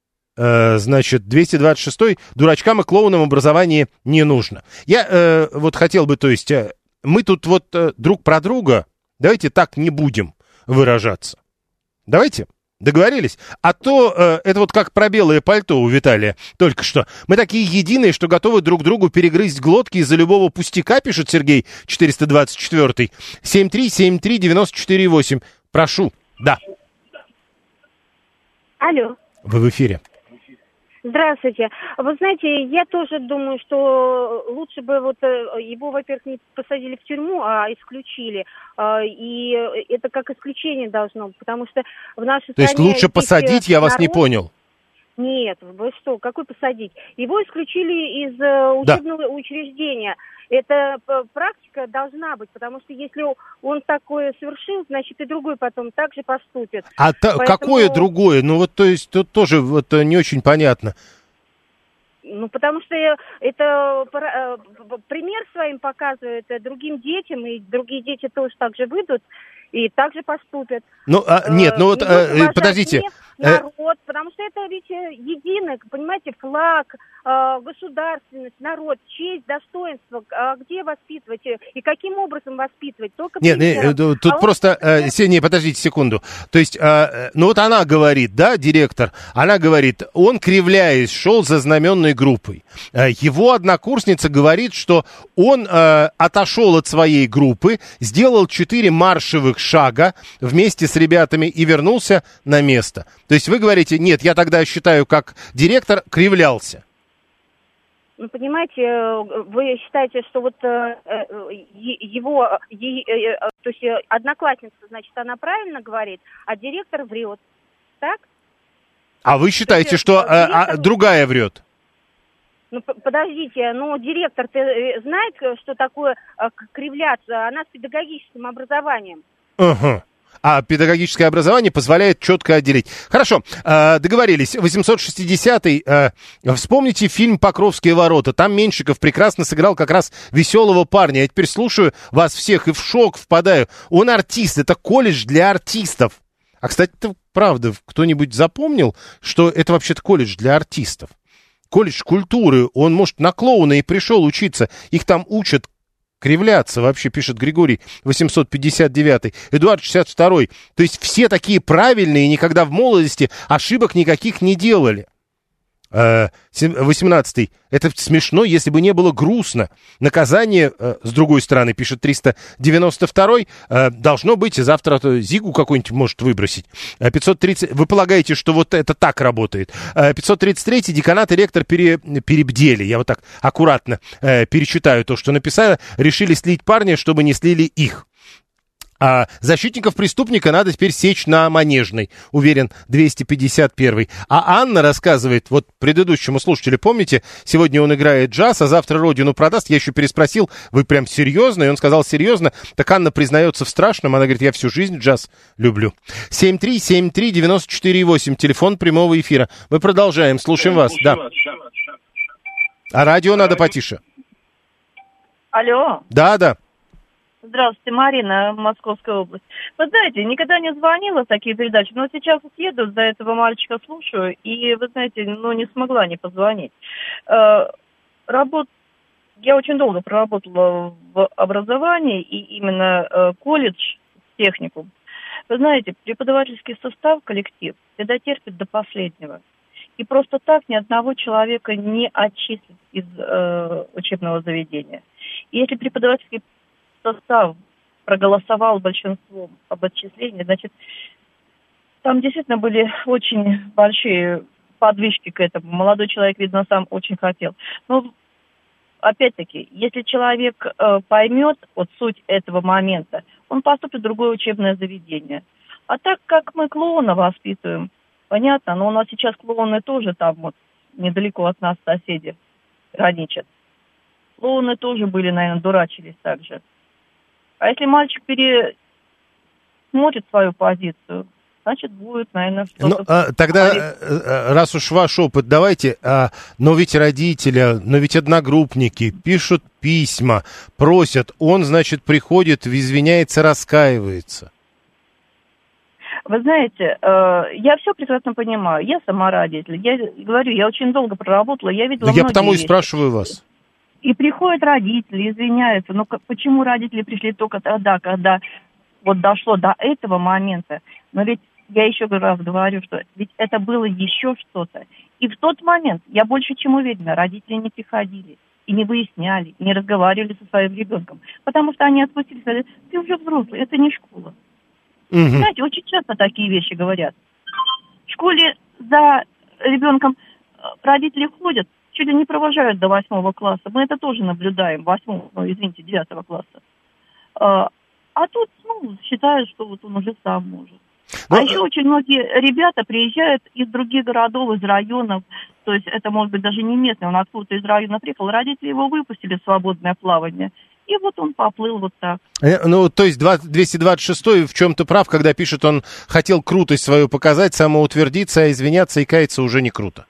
а, значит, двести двадцать шестой, дурачкам и клоунам образование не нужно. Я э, вот хотел бы, то есть, э, мы тут вот э, друг про друга, давайте так не будем выражаться. Давайте. Договорились? А то э, это вот как про белое пальто у Виталия только что. Мы такие единые, что готовы друг другу перегрызть глотки из-за любого пустяка, пишет Сергей, четыреста двадцать четыре. семь три семь три девять четыре восемь. Прошу. Да. Алло. Вы в эфире. Здравствуйте. Вы знаете, я тоже думаю, что лучше бы вот его, во-первых, не посадили в тюрьму, а исключили. И это как исключение должно, потому что в нашей стране... То есть лучше посадить, я вас не понял. Нет, вы что, какой посадить? Его исключили из учебного да. учреждения. Эта практика должна быть, потому что если он такое совершил, значит и другой потом так же поступит. А Поэтому... какое другое? Ну вот, то есть, тут тоже вот не очень понятно. Ну, потому что это пример своим показывает другим детям, и другие дети тоже так же выйдут и так же поступят. Ну, а, нет, ну вот, а, подождите. Народ, потому что это ведь единое, понимаете, флаг, государственность, народ, честь, достоинство. А где воспитывать и каким образом воспитывать? Только нет, нет, тут а просто, он... э, не, подождите секунду. То есть, э, ну вот она говорит, да, директор, она говорит, он, кривляясь, шел за знаменной группой. Э, его однокурсница говорит, что он э, отошел от своей группы, сделал четыре маршевых шага вместе с ребятами и вернулся на место. То есть вы говорите, нет, я тогда считаю, как директор кривлялся. Ну, понимаете, вы считаете, что вот э, его, е, э, то есть одноклассница, значит, она правильно говорит, а директор врет, так? А вы считаете, есть, что директор... а, а, другая врет? Ну, подождите, ну, директор-то знает, что такое кривляться? Она с педагогическим образованием. Ага. А педагогическое образование позволяет четко отделить. Хорошо, э, договорились. восемьсот шестидесятый. Э, вспомните фильм «Покровские ворота». Там Меньшиков прекрасно сыграл как раз веселого парня. Я теперь слушаю вас всех и в шок впадаю. Он артист, это колледж для артистов. А, кстати, это правда, кто-нибудь запомнил, что это вообще-то колледж для артистов? Колледж культуры, он, может, на клоуна и пришел учиться. Их там учат кривляться, вообще, пишет Григорий, восемьсот пятьдесят девятый. Эдуард, шестьдесят второй. То есть все такие правильные, никогда в молодости ошибок никаких не делали. восемнадцатый. Это смешно, если бы не было грустно. Наказание, с другой стороны, пишет триста девяносто второй, должно быть, завтра Зигу какой-нибудь может выбросить. пятьсот тридцать. Вы полагаете, что вот это так работает? пятьсот тридцать третий. Деканат и ректор пере, перебдели. Я вот так аккуратно перечитаю то, что написано. Решили слить парня, чтобы не слили их. А защитников преступника надо теперь сечь на Манежной, уверен двести пятьдесят первый. А Анна рассказывает, вот предыдущему слушателю, помните, сегодня он играет джаз, а завтра родину продаст. Я еще переспросил, вы прям серьезно? И он сказал, серьезно. Так Анна признается в страшном, она говорит, я всю жизнь джаз люблю. семь три семь три девять четыре восемь, телефон прямого эфира. Мы продолжаем, слушаем вас. Да. А радио надо потише. Алло. Да, да. Здравствуйте, Марина, Московская область. Вы знаете, никогда не звонила в такие передачи, но сейчас еду, за этого мальчика слушаю, и, вы знаете, ну, не смогла не позвонить. Э, работ... Я очень долго проработала в образовании, и именно э, колледж, техникум. Вы знаете, преподавательский состав, коллектив, всегда терпит до последнего. И просто так ни одного человека не отчислят из э, учебного заведения. И если преподавательский состав проголосовал большинством об отчислении, значит, там действительно были очень большие подвижки к этому. Молодой человек, видно, сам очень хотел. Но, опять-таки, если человек э, поймет вот суть этого момента, он поступит в другое учебное заведение. А так как мы клоуна воспитываем, понятно, но у нас сейчас клоуны тоже там вот недалеко от нас соседи граничат. Клоуны тоже были, наверное, дурачились так же. А если мальчик пересмотрит свою позицию, значит, будет, наверное, что-то... Ну, а, тогда, а, раз уж ваш опыт, давайте, а, но ведь родители, но ведь одногруппники пишут письма, просят, он, значит, приходит, извиняется, раскаивается. Вы знаете, э, я все прекрасно понимаю, я сама родитель, я говорю, я очень долго проработала, я видела многие Я потому и вещи. спрашиваю вас. И приходят родители, извиняются. Ну, как, почему родители пришли только тогда, когда вот дошло до этого момента? Но ведь я еще раз говорю, что ведь это было еще что-то. И в тот момент, я больше чем уверена, родители не приходили и не выясняли, и не разговаривали со своим ребенком. Потому что они отпустили, сказали, ты уже взрослый, это не школа. Угу. Знаете, очень часто такие вещи говорят. В школе за ребенком родители ходят, чуть ли не провожают до восьмого класса. Мы это тоже наблюдаем, восьмого, ну, извините, девятого класса. А, а тут, ну, считают, что вот он уже сам может. Но... А еще очень многие ребята приезжают из других городов, из районов, то есть это может быть даже не местный, он откуда-то из района приехал, родители его выпустили в свободное плавание, и вот он поплыл вот так. Ну, то есть двести двадцать шестой в чем-то прав, когда пишет, он хотел крутость свою показать, самоутвердиться, а извиняться и каяться уже не круто.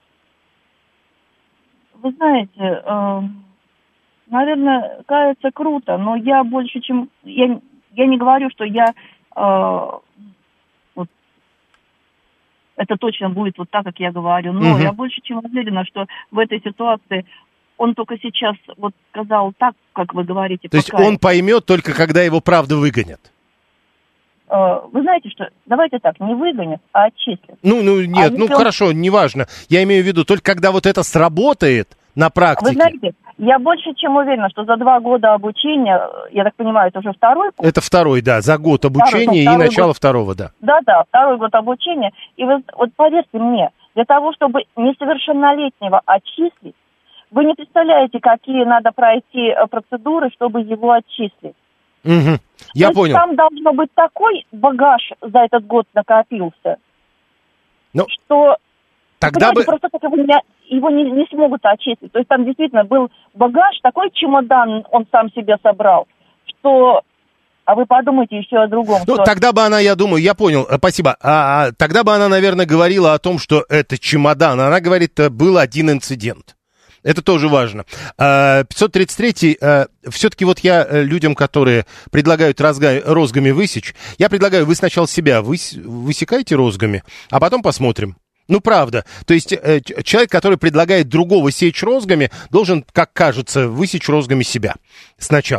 Вы знаете, э, наверное, каяться круто, но я больше, чем... Я, я не говорю, что я... Э, вот, это точно будет вот так, как я говорю, но угу. я больше, чем уверена, что в этой ситуации он только сейчас вот сказал так, как вы говорите. То есть он поймет только, когда его правда выгонят? Вы знаете что, давайте так, не выгонят, а отчислят. Ну, ну нет, а ну он... хорошо, неважно. Я имею в виду, только когда вот это сработает на практике. Вы знаете, я больше чем уверена, что за два года обучения, я так понимаю, это уже второй курс. Это второй, да, за год обучения второй, и начало год. второго, да. Да-да, второй год обучения. И вы, вот поверьте мне, для того, чтобы несовершеннолетнего отчислить, вы не представляете, какие надо пройти процедуры, чтобы его отчислить. Угу. Я То понял. Там должно быть такой багаж за этот год накопился, ну, что тогда бы... просто так его, не, его не, не смогут отчислить. То есть там действительно был багаж, такой чемодан он сам себе собрал, что... А вы подумайте еще о другом. Ну, что... тогда бы она, я думаю, я понял, спасибо. А, а, тогда бы она, наверное, говорила о том, что это чемодан. Она говорит, был один инцидент. Это тоже важно. пятьсот тридцать третий, все-таки вот я людям, которые предлагают розга, розгами высечь, я предлагаю, вы сначала себя выс, высекайте розгами, а потом посмотрим. Ну, правда. То есть человек, который предлагает другого сечь розгами, должен, как кажется, высечь розгами себя сначала.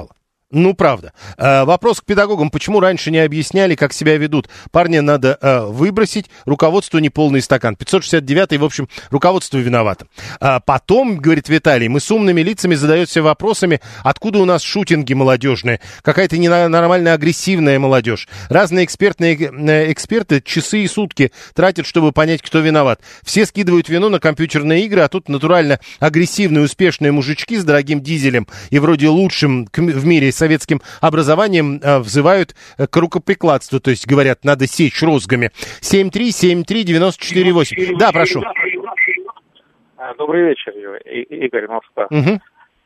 Ну, правда. Э, вопрос к педагогам. Почему раньше не объясняли, как себя ведут? Парня надо э, выбросить, руководству не полный стакан. пятьсот шестьдесят девятый, в общем, руководство виновато. А потом, говорит Виталий, мы с умными лицами задаемся вопросами, откуда у нас шутинги молодежные, какая-то ненормальная агрессивная молодежь. Разные экспертные, э, эксперты часы и сутки тратят, чтобы понять, кто виноват. Все скидывают вину на компьютерные игры, а тут натурально агрессивные, успешные мужички с дорогим дизелем и вроде лучшим в мире советским образованием э, взывают э, к рукоприкладству, то есть говорят, надо сечь розгами. семь три семь три девяносто четыре восемь. Да, прошу. Добрый вечер, Игорь, Москва. Угу.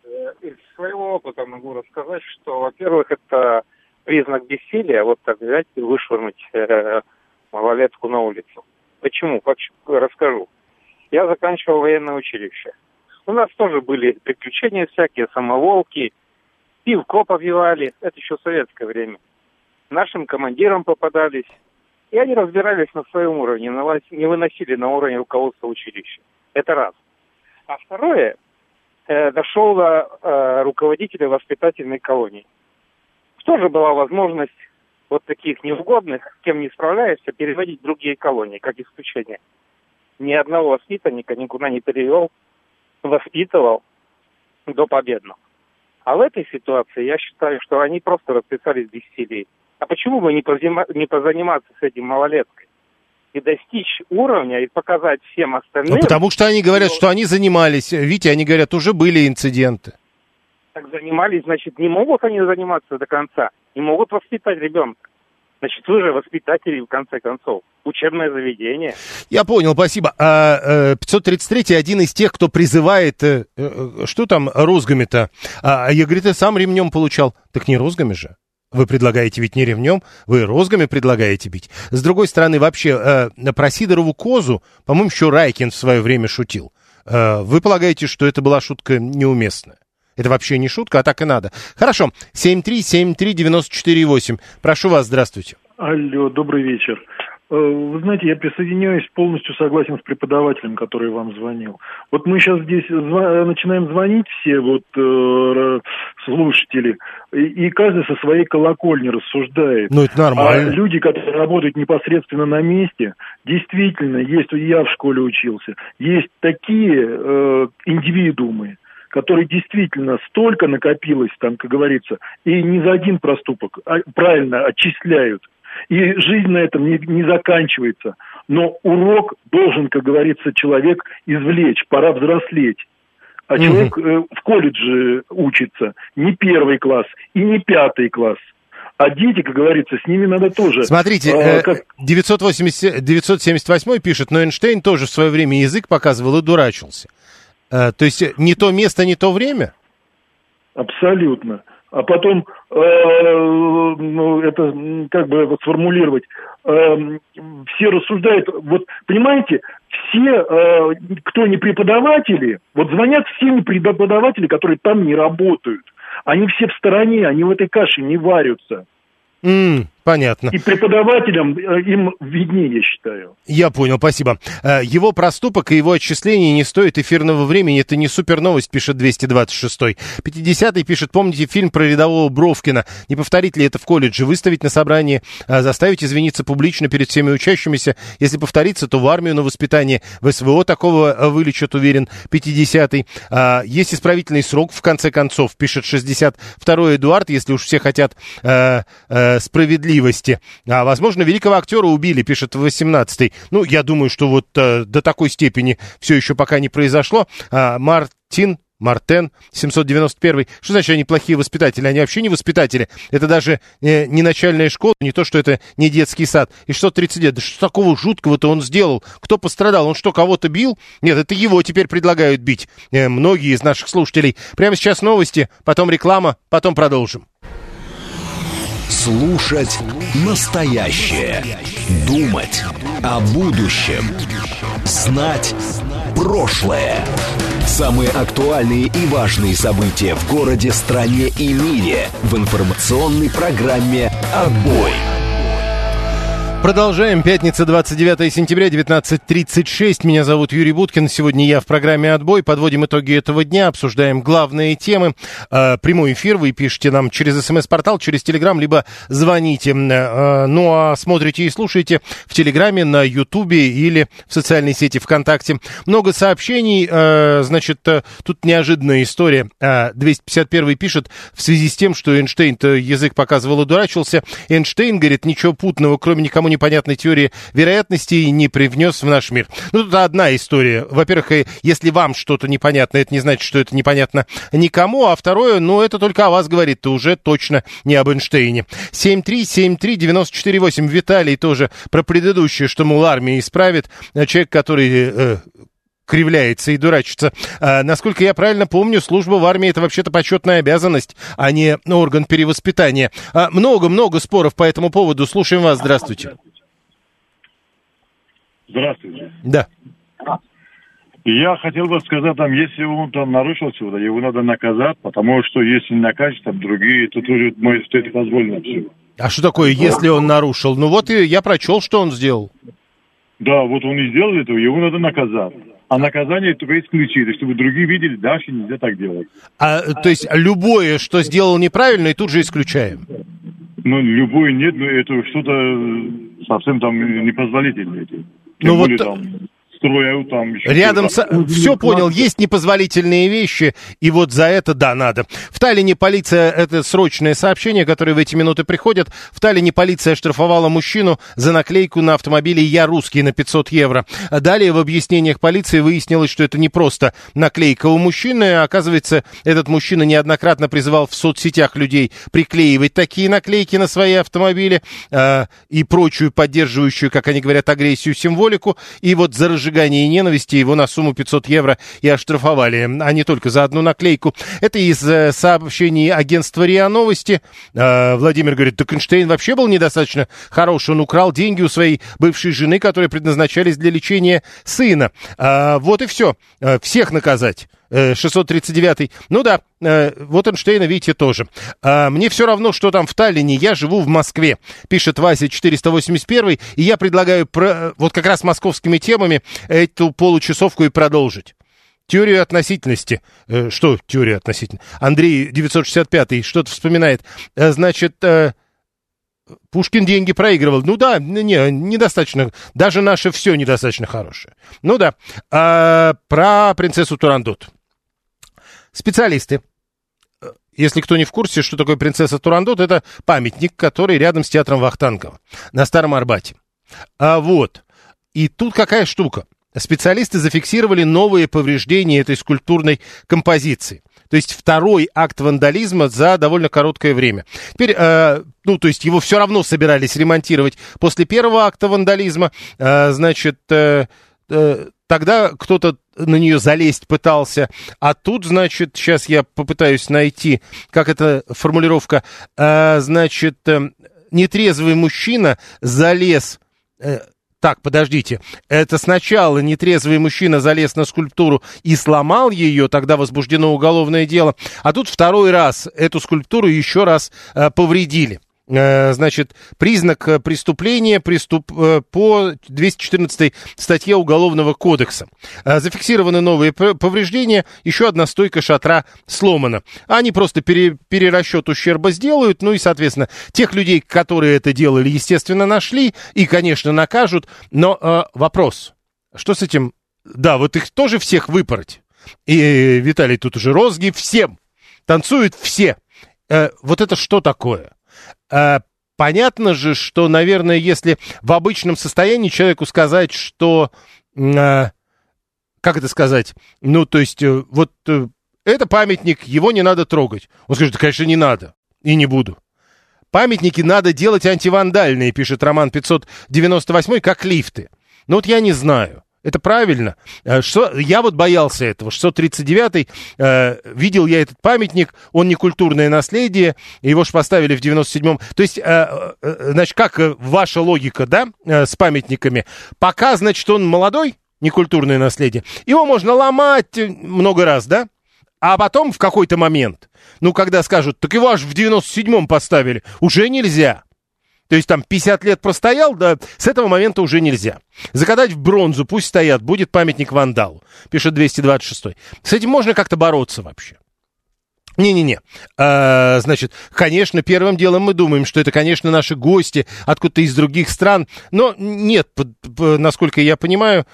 Из своего опыта могу рассказать, что, во-первых, это признак бессилия, вот так взять и вышвырнуть э, малолетку на улицу. Почему? Расскажу. Я заканчивал военное училище. У нас тоже были приключения всякие, самоволки, пивко попивали, это еще советское время. Нашим командирам попадались, и они разбирались на своем уровне, не выносили на уровень руководства училища. Это раз. А второе, э, дошел до э, руководителя воспитательной колонии. Тоже была возможность вот таких неугодных, с кем не справляешься, переводить в другие колонии, как исключение. Ни одного воспитанника никуда не перевел, воспитывал до победного. А в этой ситуации я считаю, что они просто расписались бессилием. А почему бы не, позима- не позаниматься с этим малолеткой? И достичь уровня, и показать всем остальным... Ну, потому что они говорят, что они занимались. Витя, они говорят, уже были инциденты. Так занимались, значит, не могут они заниматься до конца. Не могут воспитать ребенка. Значит, вы же воспитатели, в конце концов. Учебное заведение. Я понял, спасибо. А, пятьсот тридцать третий один из тех, кто призывает... Что там розгами-то? А, я, говорит, я сам ремнем получал. Так не розгами же. Вы предлагаете ведь не ремнем, вы розгами предлагаете бить. С другой стороны, вообще, э, про Сидорову козу, по-моему, еще Райкин в свое время шутил. Э, вы полагаете, что это была шутка неуместная? Это вообще не шутка, а так и надо. Хорошо, семь три семь три девяносто четыре восемь. Прошу вас, здравствуйте. Алло, добрый вечер. Вы знаете, я присоединяюсь, полностью согласен с преподавателем, который вам звонил. Вот мы сейчас здесь зв... начинаем звонить все вот э, слушатели, и, и каждый со своей колокольни рассуждает. Ну, это нормально. А люди, которые работают непосредственно на месте, действительно, есть, я в школе учился, есть такие э, индивидуумы, которые действительно столько накопилось, там, как говорится, и не за один проступок, а правильно отчисляют. И жизнь на этом не, не заканчивается. Но урок должен, как говорится, человек извлечь. Пора взрослеть. А mm-hmm. человек э, в колледже учится не первый класс и не пятый класс. А дети, как говорится, с ними надо тоже... Смотрите, э, как... девятьсот семьдесят восемь пишет, но Эйнштейн тоже в свое время язык показывал и дурачился. Э, то есть не то место, не то время? Абсолютно. А потом, э, ну, это, как бы вот сформулировать, э, все рассуждают, вот, понимаете, все, э, кто не преподаватели, вот звонят все не преподаватели, которые там не работают. Они все в стороне, они в этой каше не варятся. Mm, понятно. И преподавателям им виднее, я считаю. Я понял, спасибо. Его проступок и его отчисление не стоит эфирного времени. Это не супер новость, пишет двести двадцать шестой. пятидесятый пишет, помните фильм про рядового Бровкина? Не повторить ли это в колледже? Выставить на собрании, заставить извиниться публично перед всеми учащимися. Если повторится, то в армию на воспитание. В СВО такого вылечат, уверен. пятидесятый. Есть исправительный срок, в конце концов, пишет шестьдесят второй Эдуард, если уж все хотят... справедливости. А, возможно, великого актера убили, пишет восемнадцатый. Ну, я думаю, что вот а, до такой степени все еще пока не произошло. А, Мартин, Мартен, семьсот девяносто первый. Что значит, они плохие воспитатели? Они вообще не воспитатели. Это даже э, не начальная школа, не то, что это не детский сад. И шестьсот тридцать девять. Да что такого жуткого-то он сделал? Кто пострадал? Он что, кого-то бил? Нет, это его теперь предлагают бить. Э, многие из наших слушателей. Прямо сейчас новости, потом реклама, потом продолжим. Слушать настоящее. Думать о будущем. Знать прошлое. Самые актуальные и важные события в городе, стране и мире в информационной программе «Отбой». Продолжаем. Пятница, двадцать девятое сентября, девятнадцать тридцать шесть. Меня зовут Юрий Буткин. Сегодня я в программе «Отбой». Подводим итоги этого дня, обсуждаем главные темы. Э, прямой эфир вы пишете нам через смс-портал, через Телеграм, либо звоните. Э, ну, а смотрите и слушаете в Телеграме, на Ютубе или в социальной сети ВКонтакте. Много сообщений. Э, значит, э, тут неожиданная история. Э, двести пятьдесят первый пишет, в связи с тем, что Эйнштейн-то язык показывал и дурачился. Эйнштейн, говорит, ничего путного, кроме никому непонятной теории вероятностей, не привнес в наш мир. Ну, тут одна история. Во-первых, если вам что-то непонятно, это не значит, что это непонятно никому. А второе, ну, это только о вас говорит, то уже точно не об Эйнштейне. семь три семь три девять четыре восемь. Виталий тоже про предыдущее, что, мол, армия исправит. Человек, который... Э, кривляется и дурачится. А, насколько я правильно помню, служба в армии — это вообще-то почетная обязанность, а не орган перевоспитания. А, много-много споров по этому поводу. Слушаем вас. Здравствуйте. Здравствуйте. Да. Я хотел бы сказать, там, если он там нарушил чего-то, его надо наказать, потому что если не накажет, там другие, то тоже может это позволено все. А что такое, если он нарушил? Ну вот и я прочел, что он сделал. Да, вот он и сделал это, его надо наказать. А наказание только исключили, чтобы другие видели, дальше нельзя так делать. А, то есть любое, что сделал неправильно, и тут же исключаем? Ну, любое нет, но это что-то совсем там непозволительное. Тем ну более, вот... там, строя, там, Рядом с... Все понял, есть непозволительные вещи, и вот за это, да, надо. В Таллине полиция, это срочное сообщение, которое в эти минуты приходит. В Таллине полиция оштрафовала мужчину за наклейку на автомобиле «Я русский» на пятьсот евро. Далее в объяснениях полиции выяснилось, что это не просто наклейка у мужчины. Оказывается, этот мужчина неоднократно призывал в соцсетях людей приклеивать такие наклейки на свои автомобили э, и прочую поддерживающую, как они говорят, агрессию, символику. И вот за разжигание и ненависти его на сумму пятьсот евро и оштрафовали, а не только за одну наклейку. Это из э, сообщений агентства РИА Новости. Э, Владимир говорит, так Эйнштейн вообще был недостаточно хорош. Он украл деньги у своей бывшей жены, которые предназначались для лечения сына. Э, вот и все. Э, всех наказать. шестьсот тридцать девятый. Ну да, вот Эйнштейна, видите, тоже. Мне все равно, что там в Таллине, я живу в Москве, пишет Вася четыреста восемьдесят один, и я предлагаю про, вот как раз московскими темами эту получасовку и продолжить. Теорию относительности. Что теория относительности? Андрей девятьсот шестьдесят пятый что-то вспоминает. Значит... Пушкин деньги проигрывал. Ну да, не, недостаточно. Даже наше все недостаточно хорошее. Ну да. А, про принцессу Турандот. Специалисты. Если кто не в курсе, что такое принцесса Турандот, это памятник, который рядом с театром Вахтангова на Старом Арбате. А вот. И тут какая штука. Специалисты зафиксировали новые повреждения этой скульптурной композиции. То есть второй акт вандализма за довольно короткое время. Теперь, э, ну, то есть его все равно собирались ремонтировать после первого акта вандализма. Э, значит, э, э, тогда кто-то на нее залезть пытался. А тут, значит, сейчас я попытаюсь найти, как эта формулировка. Э, значит, э, нетрезвый мужчина залез... Э, Так, подождите, это сначала нетрезвый мужчина залез на скульптуру и сломал ее, тогда возбуждено уголовное дело, а тут второй раз эту скульптуру еще раз э, повредили. Э, значит, признак преступления преступ, э, по двести четырнадцатой статье Уголовного кодекса. Э, зафиксированы новые повреждения, еще одна стойка шатра сломана. Они просто пере, перерасчет ущерба сделают, ну и, соответственно, тех людей, которые это делали, естественно, нашли и, конечно, накажут. Но э, вопрос, что с этим? Да, вот их тоже всех выпороть. И, э, Виталий, тут уже розги всем. Танцуют все. Э, вот это что такое? Э, понятно же, что, наверное, если в обычном состоянии человеку сказать, что... Э, как это сказать? Ну, то есть, э, вот э, это памятник, его не надо трогать. Он скажет, да, конечно, не надо. И не буду. Памятники надо делать антивандальные, пишет Роман пятьсот девяносто восемь, как лифты. Ну, вот я не знаю. Это правильно. Что, я вот боялся этого. шестьсот тридцать девятый, э, видел я этот памятник, он не культурное наследие, его же поставили в девяносто седьмом. То есть, э, э, значит, как ваша логика, да, э, с памятниками? Пока, значит, он молодой, некультурное наследие, его можно ломать много раз, да? А потом в какой-то момент, ну, когда скажут, так его аж в девяносто седьмом поставили, уже нельзя. То То есть там пятьдесят лет простоял, да, с этого момента уже нельзя. Закатать в бронзу, пусть стоят, будет памятник вандалу, пишет двести двадцать шестой. С этим можно как-то бороться вообще. Не-не-не, а, значит, конечно, первым делом мы думаем, что это, конечно, наши гости откуда-то из других стран, но нет, под, по, насколько я понимаю,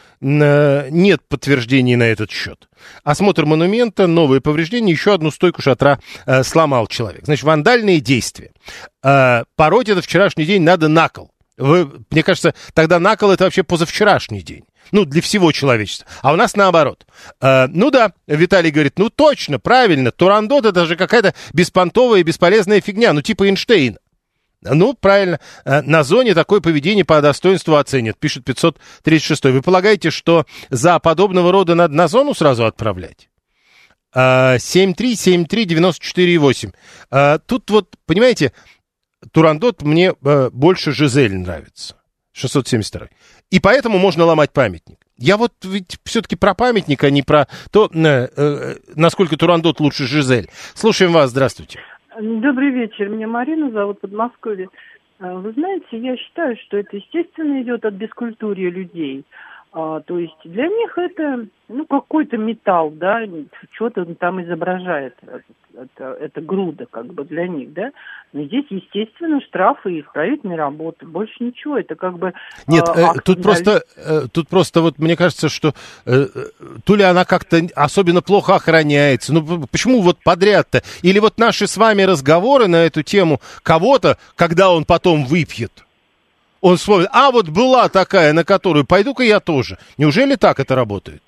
нет подтверждений на этот счет. Осмотр монумента, новые повреждения, еще одну стойку шатра а, сломал человек. Значит, вандальные действия. А, пороть это вчерашний день надо на кол. Вы, мне кажется, тогда на кол это вообще позавчерашний день. Ну, для всего человечества. А у нас наоборот. Э, ну да, Виталий говорит, ну точно, правильно, Турандот это же какая-то беспонтовая и бесполезная фигня, ну типа Эйнштейна. Ну, правильно, э, на зоне такое поведение по достоинству оценят, пишет пятьсот тридцать шестой. Вы полагаете, что за подобного рода надо на зону сразу отправлять? Э, семь три семь три девяносто четыре восемь. Э, тут вот, понимаете, Турандот мне э, больше Жизель нравится. шестьсот семьдесят второй. И поэтому можно ломать памятник. Я вот ведь все-таки про памятник, а не про то, э, э, насколько Турандот лучше Жизель. Слушаем вас, здравствуйте. Добрый вечер, меня Марина зовут, Подмосковье. Вы знаете, я считаю, что это естественно идет от бескультурия людей. А, то есть для них это, ну, какой-то металл, да, что-то он там изображает. Это, это груда, как бы, для них, да. Но здесь, естественно, штрафы и исправительные работы. Больше ничего, это как бы... Нет, э, э, тут просто, э, тут просто вот мне кажется, что э, то ли она как-то особенно плохо охраняется. Ну, почему вот подряд-то? Или вот наши с вами разговоры на эту тему кого-то, когда он потом выпьет, он вспомнит, а вот была такая, на которую пойду-ка я тоже. Неужели так это работает?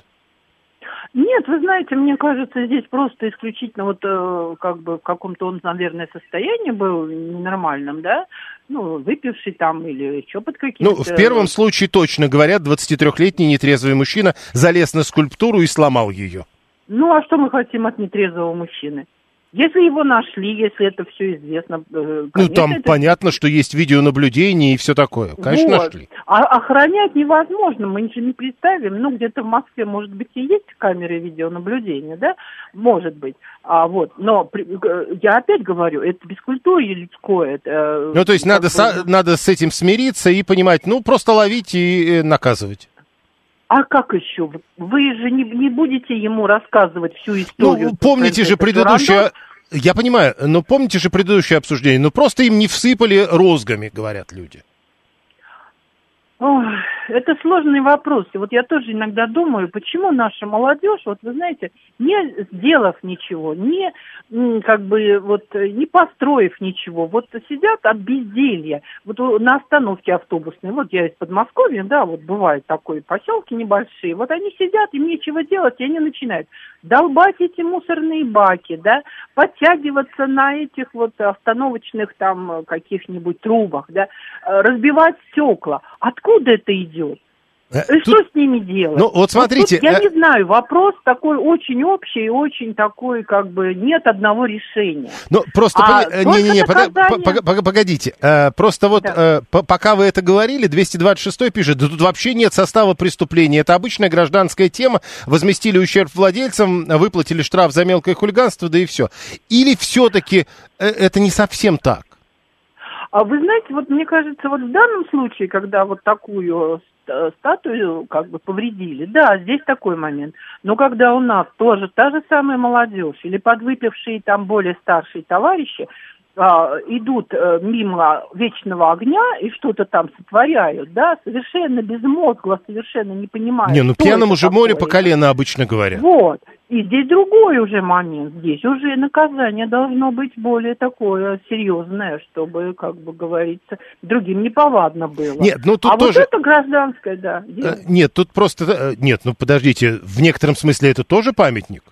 Нет, вы знаете, мне кажется, здесь просто исключительно вот э, как бы в каком-то он, наверное, состоянии был ненормальном, да? Ну, выпивший там или еще под каким-то... Ну, в первом случае точно, говорят, двадцатитрёхлетний нетрезвый мужчина залез на скульптуру и сломал ее. Ну, а что мы хотим от нетрезвого мужчины? Если его нашли, если это все известно... Конечно, ну, там это... понятно, что есть видеонаблюдение и все такое. Конечно, вот. Нашли. А охранять невозможно, мы ничего не представим. Ну, где-то в Москве, может быть, и есть камеры видеонаблюдения, да? Может быть. А, вот. Но я опять говорю, это бескультурье людское. Это, ну, то есть надо, бы... со, надо с этим смириться и понимать, ну, просто ловить и наказывать. А как еще? Вы же не, не будете ему рассказывать всю историю. Ну, помните же предыдущее... Я понимаю, но помните же предыдущее обсуждение? Ну, просто им не всыпали розгами, говорят люди. Ох, это сложный вопрос. И вот я тоже иногда думаю, почему наша молодежь, вот вы знаете, не сделав ничего, не как бы вот не построив ничего, вот сидят от безделья. Вот на остановке автобусной, вот я из Подмосковья, да, вот бывают такие поселки небольшие, вот они сидят, им нечего делать, и они начинают долбать эти мусорные баки, да, подтягиваться на этих вот остановочных там каких-нибудь трубах, да, разбивать стекла. Откуда это идет? И тут... что с ними делать? Ну, вот смотрите... Вот тут, я не знаю, вопрос такой очень общий, очень такой, как бы, нет одного решения. Ну, просто... А Не-не-не, наказание... погодите. Просто вот да. пока вы это говорили, двести двадцать шестой пишет, да тут вообще нет состава преступления. Это обычная гражданская тема. Возместили ущерб владельцам, выплатили штраф за мелкое хулиганство, да и все. Или все-таки это не совсем так? А вы знаете, вот мне кажется, вот в данном случае, когда вот такую статую как бы повредили, да, здесь такой момент. Но когда у нас тоже та же самая молодежь или подвыпившие там более старшие товарищи а, идут а, мимо вечного огня и что-то там сотворяют, да, совершенно безмозгло, совершенно не понимая. Не, ну пьяному же море по колено обычно говорят. Вот. И здесь другой уже момент. Здесь уже наказание должно быть более такое серьезное, чтобы, как бы говорится, другим неповадно было. Нет, ну тут а тоже... вот это гражданское, да. Дело. Нет, тут просто... Нет, ну подождите, в некотором смысле это тоже памятник?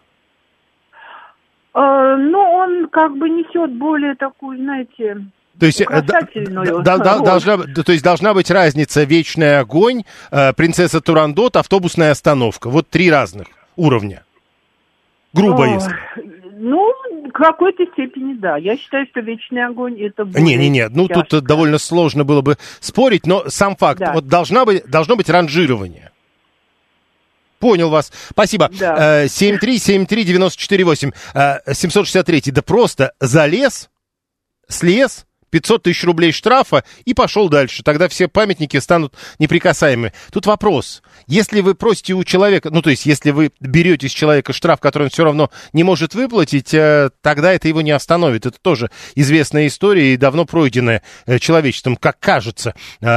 А, ну, он как бы несет более такую, знаете... То есть, да, да, да, должна, то есть должна быть разница «Вечный огонь», «Принцесса Турандот», «Автобусная остановка». Вот три разных уровня. Грубо, О, если. Ну, в какой-то степени, да. Я считаю, что вечный огонь это более Не-не-не, ну тяжко. Тут довольно сложно было бы спорить, но сам факт, да. Вот должна быть, должно быть ранжирование. Понял вас. Спасибо. Да. семь три семь три девяносто четыре восемь. семьсот шестьдесят три. Да просто залез, слез, пятьсот тысяч рублей штрафа и пошел дальше. Тогда все памятники станут неприкасаемыми. Тут вопрос. Если вы просите у человека, ну, то есть, если вы берете с человека штраф, который он все равно не может выплатить, тогда это его не остановит. Это тоже известная история и давно пройденная человечеством, как кажется.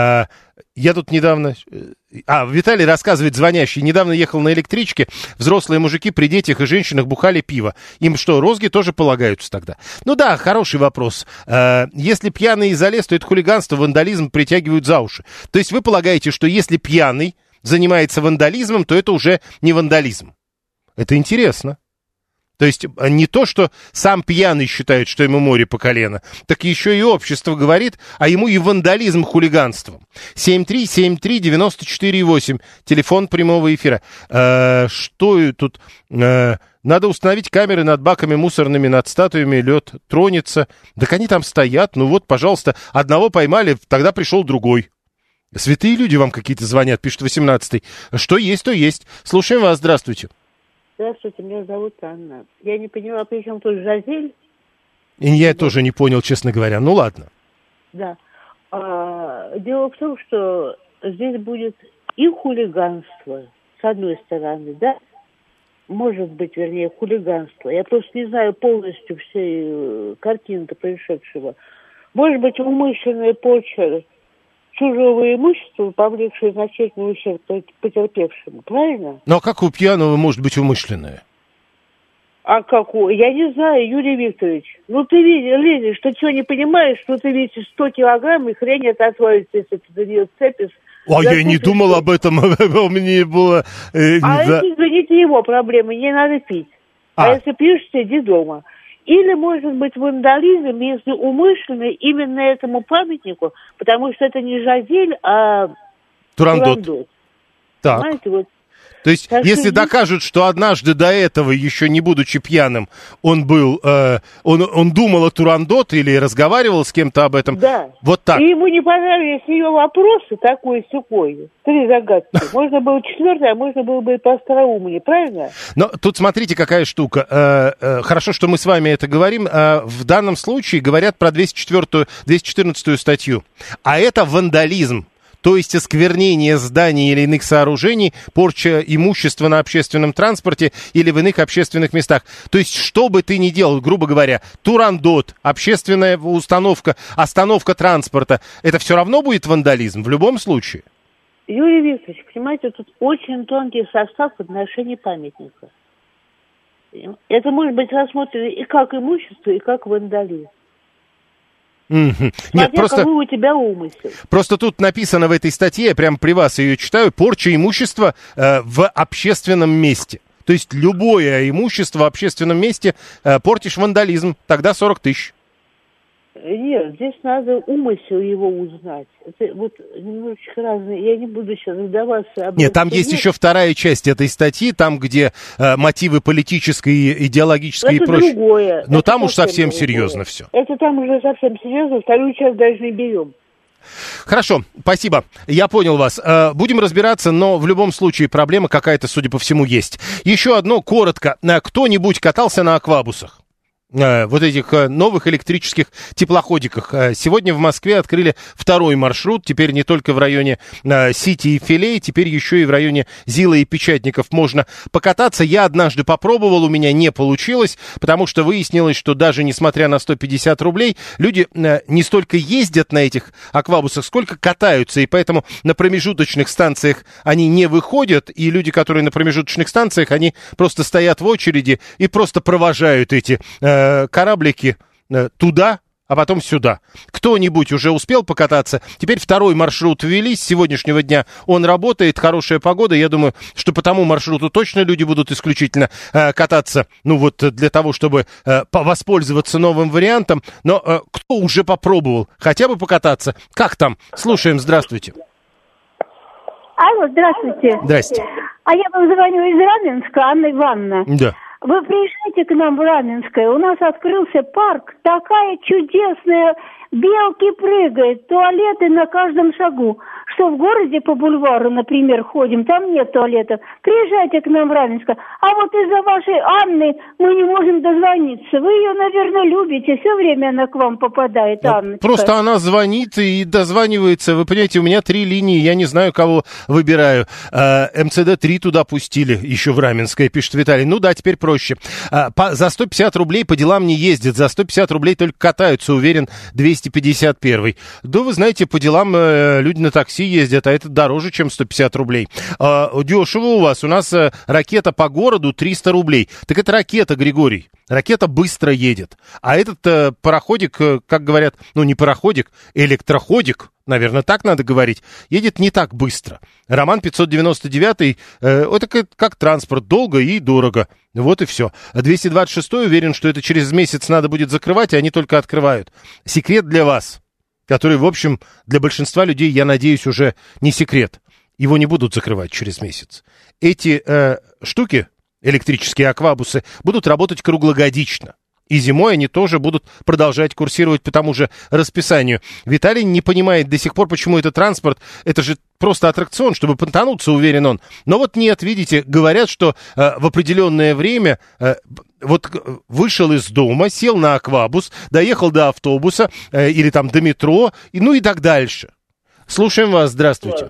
Я тут недавно... А, Виталий рассказывает, звонящий, недавно ехал на электричке, взрослые мужики при детях и женщинах бухали пиво. Им что, розги тоже полагаются тогда? Ну да, хороший вопрос. Если пьяный из-за лес, то это хулиганство, вандализм притягивают за уши. То есть вы полагаете, что если пьяный занимается вандализмом, то это уже не вандализм? Это интересно. То есть не то, что сам пьяный считает, что ему море по колено, так еще и общество говорит, а ему и вандализм хулиганством. семь три семь три девяносто четыре восемь, телефон прямого эфира. Э, что тут? Э, надо установить камеры над баками мусорными, над статуями, лед тронется. Так они там стоят, ну вот, пожалуйста, одного поймали, тогда пришел другой. Святые люди вам какие-то звонят, пишет восемнадцатый. Что есть, то есть. Слушаем вас, здравствуйте. Здравствуйте, меня зовут Анна. Я не поняла, при чем тут «Жизель». И я тоже не понял, честно говоря. Ну, ладно. Да. А, дело в том, что здесь будет и хулиганство, с одной стороны, да? Может быть, вернее, хулиганство. Я просто не знаю полностью всей картины-то происшедшего. Может быть, умышленная порча чужого имущества, повлекшее значительный ущерб потерпевшему, правильно? Ну, а как у пьяного может быть умышленное? А как у... Я не знаю, Юрий Викторович. Ну, ты видишь, лезешь, что чего не понимаешь, что ты весишь сто килограмм, и хрень это отвалится, если ты за нее цепишь. А я не думал об этом, мне было... Э, а да. это, извините, его проблемы, не надо пить. А, а если пьешь, сиди дома. Или, может быть, вандализм, если умышленный именно этому памятнику, потому что это не Жизель, а Турандот. Турандот. Так. Понимаете, вот. То есть, так если что... докажут, что однажды до этого, еще не будучи пьяным, он был, э, он, он думал о Турандот или разговаривал с кем-то об этом, да. Вот так. И ему не понравились ее вопросы, такой-сякой, три загадки. Можно было четвертое, а можно было бы и поостроумнее, правильно? Но тут смотрите, какая штука. Э, э, хорошо, что мы с вами это говорим. Э, в данном случае говорят про двести четвёртую, двести четырнадцатую статью. А это вандализм. То есть осквернение зданий или иных сооружений, порча имущества на общественном транспорте или в иных общественных местах. То есть, что бы ты ни делал, грубо говоря, Турандот, общественная установка, остановка транспорта, это все равно будет вандализм в любом случае? Юрий Викторович, понимаете, тут очень тонкий состав в отношении памятника. Это может быть рассмотрено и как имущество, и как вандализм. Mm-hmm. Нет, просто, какой у тебя умысел. Просто тут написано в этой статье, я прямо при вас ее читаю, порча имущества э, в общественном месте. То есть любое имущество в общественном месте э, портишь вандализм, тогда сорок тысяч. Нет, здесь надо умысел его узнать. Это вот немножечко разные. Я не буду сейчас вдаваться. Об Нет, там есть нет. еще вторая часть этой статьи, там, где э, мотивы политические, идеологические это и прочее. Другое. Но это там уж совсем другое. серьезно все. Это там уже совсем серьезно. Вторую часть даже не берем. Хорошо, спасибо. Я понял вас. Будем разбираться, но в любом случае проблема какая-то, судя по всему, есть. Еще одно коротко. Кто-нибудь катался на аквабусах? Вот этих новых электрических теплоходиках. Сегодня в Москве открыли второй маршрут, теперь не только в районе Сити и Филей, теперь еще и в районе Зила и Печатников можно покататься. Я однажды попробовал, у меня не получилось, потому что выяснилось, что даже несмотря на сто пятьдесят рублей, люди не столько ездят на этих аквабусах, сколько катаются, и поэтому на промежуточных станциях они не выходят, и люди, которые на промежуточных станциях, они просто стоят в очереди и просто провожают эти кораблики туда, а потом сюда. Кто-нибудь уже успел покататься? Теперь второй маршрут ввели с сегодняшнего дня. Он работает, хорошая погода. Я думаю, что по тому маршруту точно люди будут исключительно э, кататься, ну вот для того, чтобы э, воспользоваться новым вариантом. Но э, кто уже попробовал хотя бы покататься? Как там? Слушаем, здравствуйте. Алло, здравствуйте. Здрасте. А я вам звоню из Раменска, Анна Ивановна. Да. Вы приезжайте к нам в Раменское, у нас открылся парк, такая чудесная, белки прыгают, туалеты на каждом шагу. что в городе по бульвару, например, ходим, там нет туалетов. Приезжайте к нам в Раменск. А вот из-за вашей Анны мы не можем дозвониться. Вы ее, наверное, любите. Все время она к вам попадает, ну, Анночка. Просто она звонит и дозванивается. Вы понимаете, у меня три линии, я не знаю, кого выбираю. эм цэ дэ три туда пустили, еще в Раменское, пишет Виталий. Ну да, теперь проще. По, за сто пятьдесят рублей по делам не ездят, за сто пятьдесят рублей только катаются, уверен, двести пятьдесят первый. Да вы знаете, по делам э, люди на такси ездят, а это дороже, чем сто пятьдесят рублей. Э, дешево у вас, у нас э, ракета по городу триста рублей. Так это ракета, Григорий. Ракета быстро едет. А этот э, пароходик, э, как говорят, ну не пароходик, электроходик, наверное, так надо говорить, едет не так быстро. Роман пятьсот девяносто девять, э, это как, как транспорт, долго и дорого. Вот и все. двести двадцать шесть уверен, что это через месяц надо будет закрывать, и они только открывают. Секрет для вас, который, в общем, для большинства людей, я надеюсь, уже не секрет. Его не будут закрывать через месяц. Эти э, штуки, электрические аквабусы, будут работать круглогодично. И зимой они тоже будут продолжать курсировать по тому же расписанию. Виталий не понимает до сих пор, почему это транспорт. Это же просто аттракцион, чтобы понтануться, уверен он. Но вот нет, видите, говорят, что э, в определенное время э, вот вышел из дома, сел на аквабус, доехал до автобуса э, или там до метро, и, ну и так дальше. Слушаем вас, здравствуйте.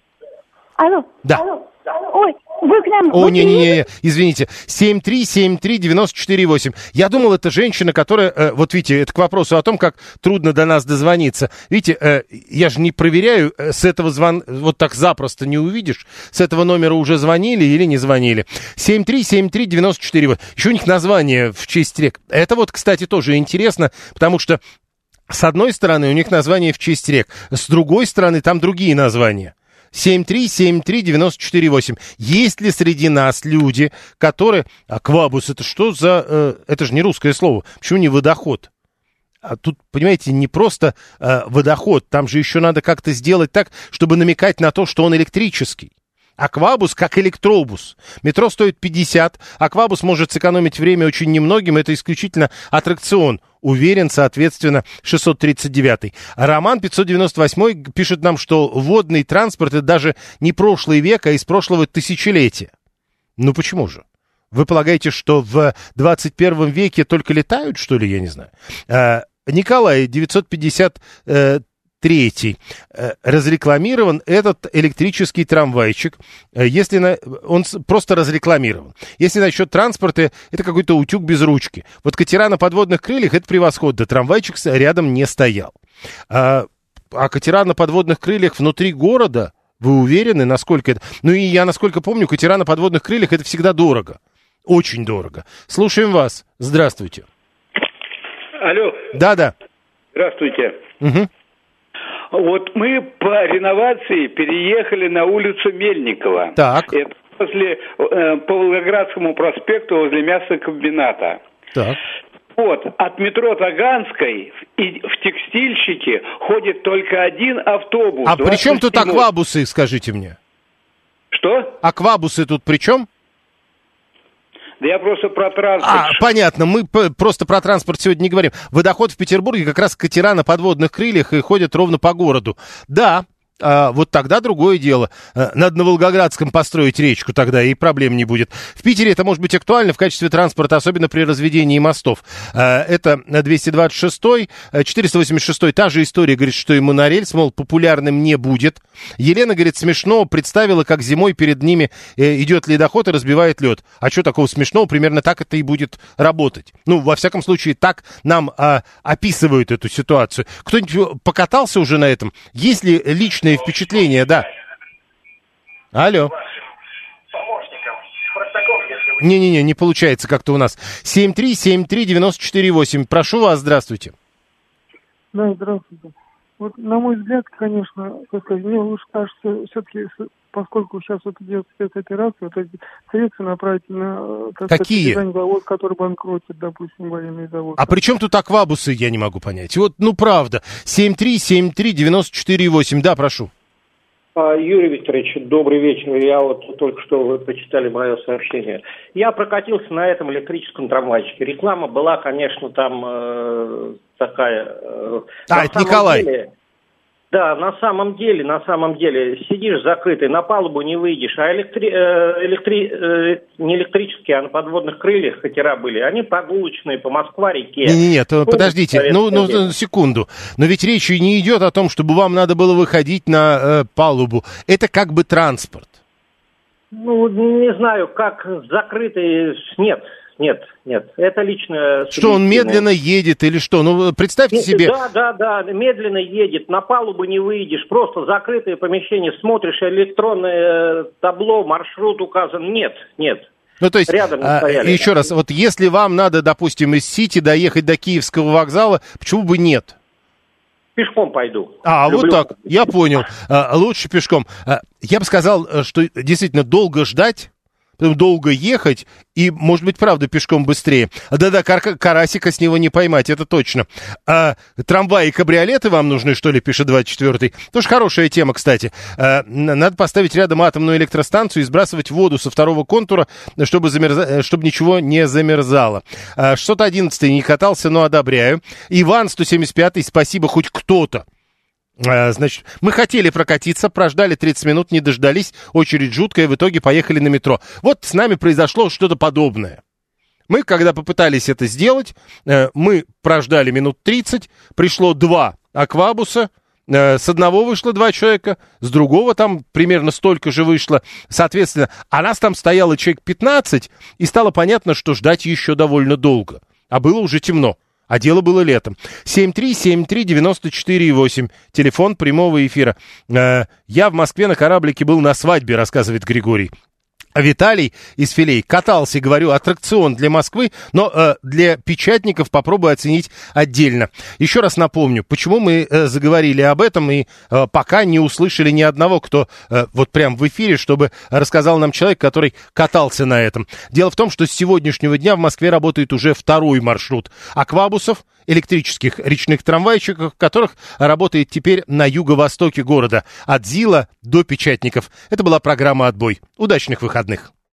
Алло. Да. Алло. Ой, вы к нам... О, не-не-не, извините. семь три семь три девять четыре восемь. Я думал, это женщина, которая... Э, вот видите, это к вопросу о том, как трудно до нас дозвониться. Видите, э, я же не проверяю, э, с этого звон... Вот так запросто не увидишь, с этого номера уже звонили или не звонили. семь три семь три девять четыре восемь. Еще у них название в честь рек. Это вот, кстати, тоже интересно, потому что с одной стороны у них название в честь рек, с другой стороны там другие названия. семь три семь три девять четыре восемь. Есть ли среди нас люди, которые... Аквабус, это что за... Э, это же не русское слово. Почему не водоход? А тут, понимаете, не просто э, водоход. Там же еще надо как-то сделать так, чтобы намекать на то, что он электрический. Аквабус как электробус. Метро стоит пятьдесят. Аквабус может сэкономить время очень немногим. Это исключительно аттракцион. Уверен, соответственно, шестьсот тридцать девятый. Роман пятьсот девяносто восемь пишет нам, что водный транспорт — это даже не прошлый век, а из прошлого тысячелетия. Ну почему же? Вы полагаете, что в двадцать первом веке только летают, что ли, я не знаю? А, Николай, девятьсот пятьдесят третий. Разрекламирован этот электрический трамвайчик. Если на... Он просто разрекламирован. Если насчет транспорта, это какой-то утюг без ручки. Вот катера на подводных крыльях — это превосходно. Трамвайчик рядом не стоял. А, а катера на подводных крыльях внутри города, вы уверены, насколько это... Ну и я, насколько помню, катера на подводных крыльях — это всегда дорого. Очень дорого. Слушаем вас. Здравствуйте. Алло. Да-да. Здравствуйте. Угу. Вот мы по реновации переехали на улицу Мельникова. Так. Это возле, э, по Волгоградскому проспекту возле мясокомбината. Так. Вот, от метро Таганской и в текстильщике ходит только один автобус. А при чем тут аквабусы, скажите мне? Что? Аквабусы тут при чем? Да я просто про транспорт. А, понятно, мы п- просто про транспорт сегодня не говорим. Водоход в Петербурге как раз катера на подводных крыльях и ходят ровно по городу. Да, а, вот тогда другое дело. А, надо на Волгоградском построить речку тогда, и проблем не будет. В Питере это может быть актуально в качестве транспорта, особенно при разведении мостов. А, это двести двадцать шесть, четыреста восемьдесят шесть, та же история, говорит, что и монорельс, мол, популярным не будет. Елена, говорит, смешно представила, как зимой перед ними э, идет ледоход и разбивает лед. А что такого смешного? Примерно так это и будет работать. Ну, во всяком случае, так нам а, описывают эту ситуацию. Кто-нибудь покатался уже на этом? Есть ли личные впечатления? Да. Алло. Не-не-не, не получается как-то у нас. семь три семь три девять четыре восемь. Прошу вас, здравствуйте. Да, здравствуйте. Вот, на мой взгляд, конечно, как сказать, мне лучше кажется, все-таки, поскольку сейчас вот идет спецоперация, вот эти средства направить на как Какие? Сказать, завод, который банкротит, допустим, военный завод. А при чем тут аквабусы, я не могу понять. Вот, ну, правда. семь три семь три девять четыре восемь. Да, прошу. Юрий Викторович, добрый вечер. Я вот только что вы прочитали мое сообщение. Я прокатился на этом электрическом трамвайчике. Реклама была, конечно, там э, такая... Э, а, это Николай. Деле... Да, на самом деле, на самом деле, сидишь закрытый, на палубу не выйдешь, а электри... э, электри... э, не электрические, а на подводных крыльях катера были, они прогулочные по Москва-реке. Не-не-не, подождите, ну, ну, секунду, но ведь речь и не идет о том, чтобы вам надо было выходить на э, палубу, это как бы транспорт. Ну, не знаю, как закрытый, нет. Нет, нет, это личное... Что, он медленно едет или что? Ну, представьте себе... Да, да, да, медленно едет, на палубу не выйдешь, просто закрытое помещение, смотришь, электронное табло, маршрут указан, нет, нет. Ну, то есть, рядом а, еще раз, вот если вам надо, допустим, из Сити доехать до Киевского вокзала, почему бы нет? Пешком пойду. А, Люблю. вот так, я понял, а, лучше пешком. А, я бы сказал, что действительно долго ждать, долго ехать, и, может быть, правда, пешком быстрее. Да-да, кар- карасика с него не поймать, это точно. А трамваи и кабриолеты вам нужны, что ли, пишет двадцать четвёртый? Тоже хорошая тема, кстати. А, надо поставить рядом атомную электростанцию и сбрасывать воду со второго контура, чтобы, замерза... чтобы ничего не замерзало. А, шестьсот одиннадцатый не катался, но одобряю. Иван, сто семьдесят пятый, спасибо, хоть кто-то. Значит, мы хотели прокатиться, прождали тридцать минут, не дождались, очередь жуткая, в итоге поехали на метро. Вот с нами произошло что-то подобное. Мы, когда попытались это сделать, мы прождали минут тридцать, пришло два аквабуса, с одного вышло два человека, с другого там примерно столько же вышло. Соответственно, а нас там стояло человек пятнадцать, и стало понятно, что ждать еще довольно долго. А было уже темно. А дело было летом. семь три семь три девять четыре восемь. Телефон прямого эфира. Э, я в Москве на кораблике был на свадьбе, рассказывает Григорий. А Виталий из Филей катался, говорю, аттракцион для Москвы, но э, для печатников попробую оценить отдельно. Еще раз напомню, почему мы э, заговорили об этом и э, пока не услышали ни одного, кто э, вот прям в эфире, чтобы рассказал нам человек, который катался на этом. Дело в том, что с сегодняшнего дня в Москве работает уже второй маршрут аквабусов, электрических речных трамвайчиков, которых работает теперь на юго-востоке города, от ЗИЛа до Печатников. Это была программа «Отбой». Удачных выходных.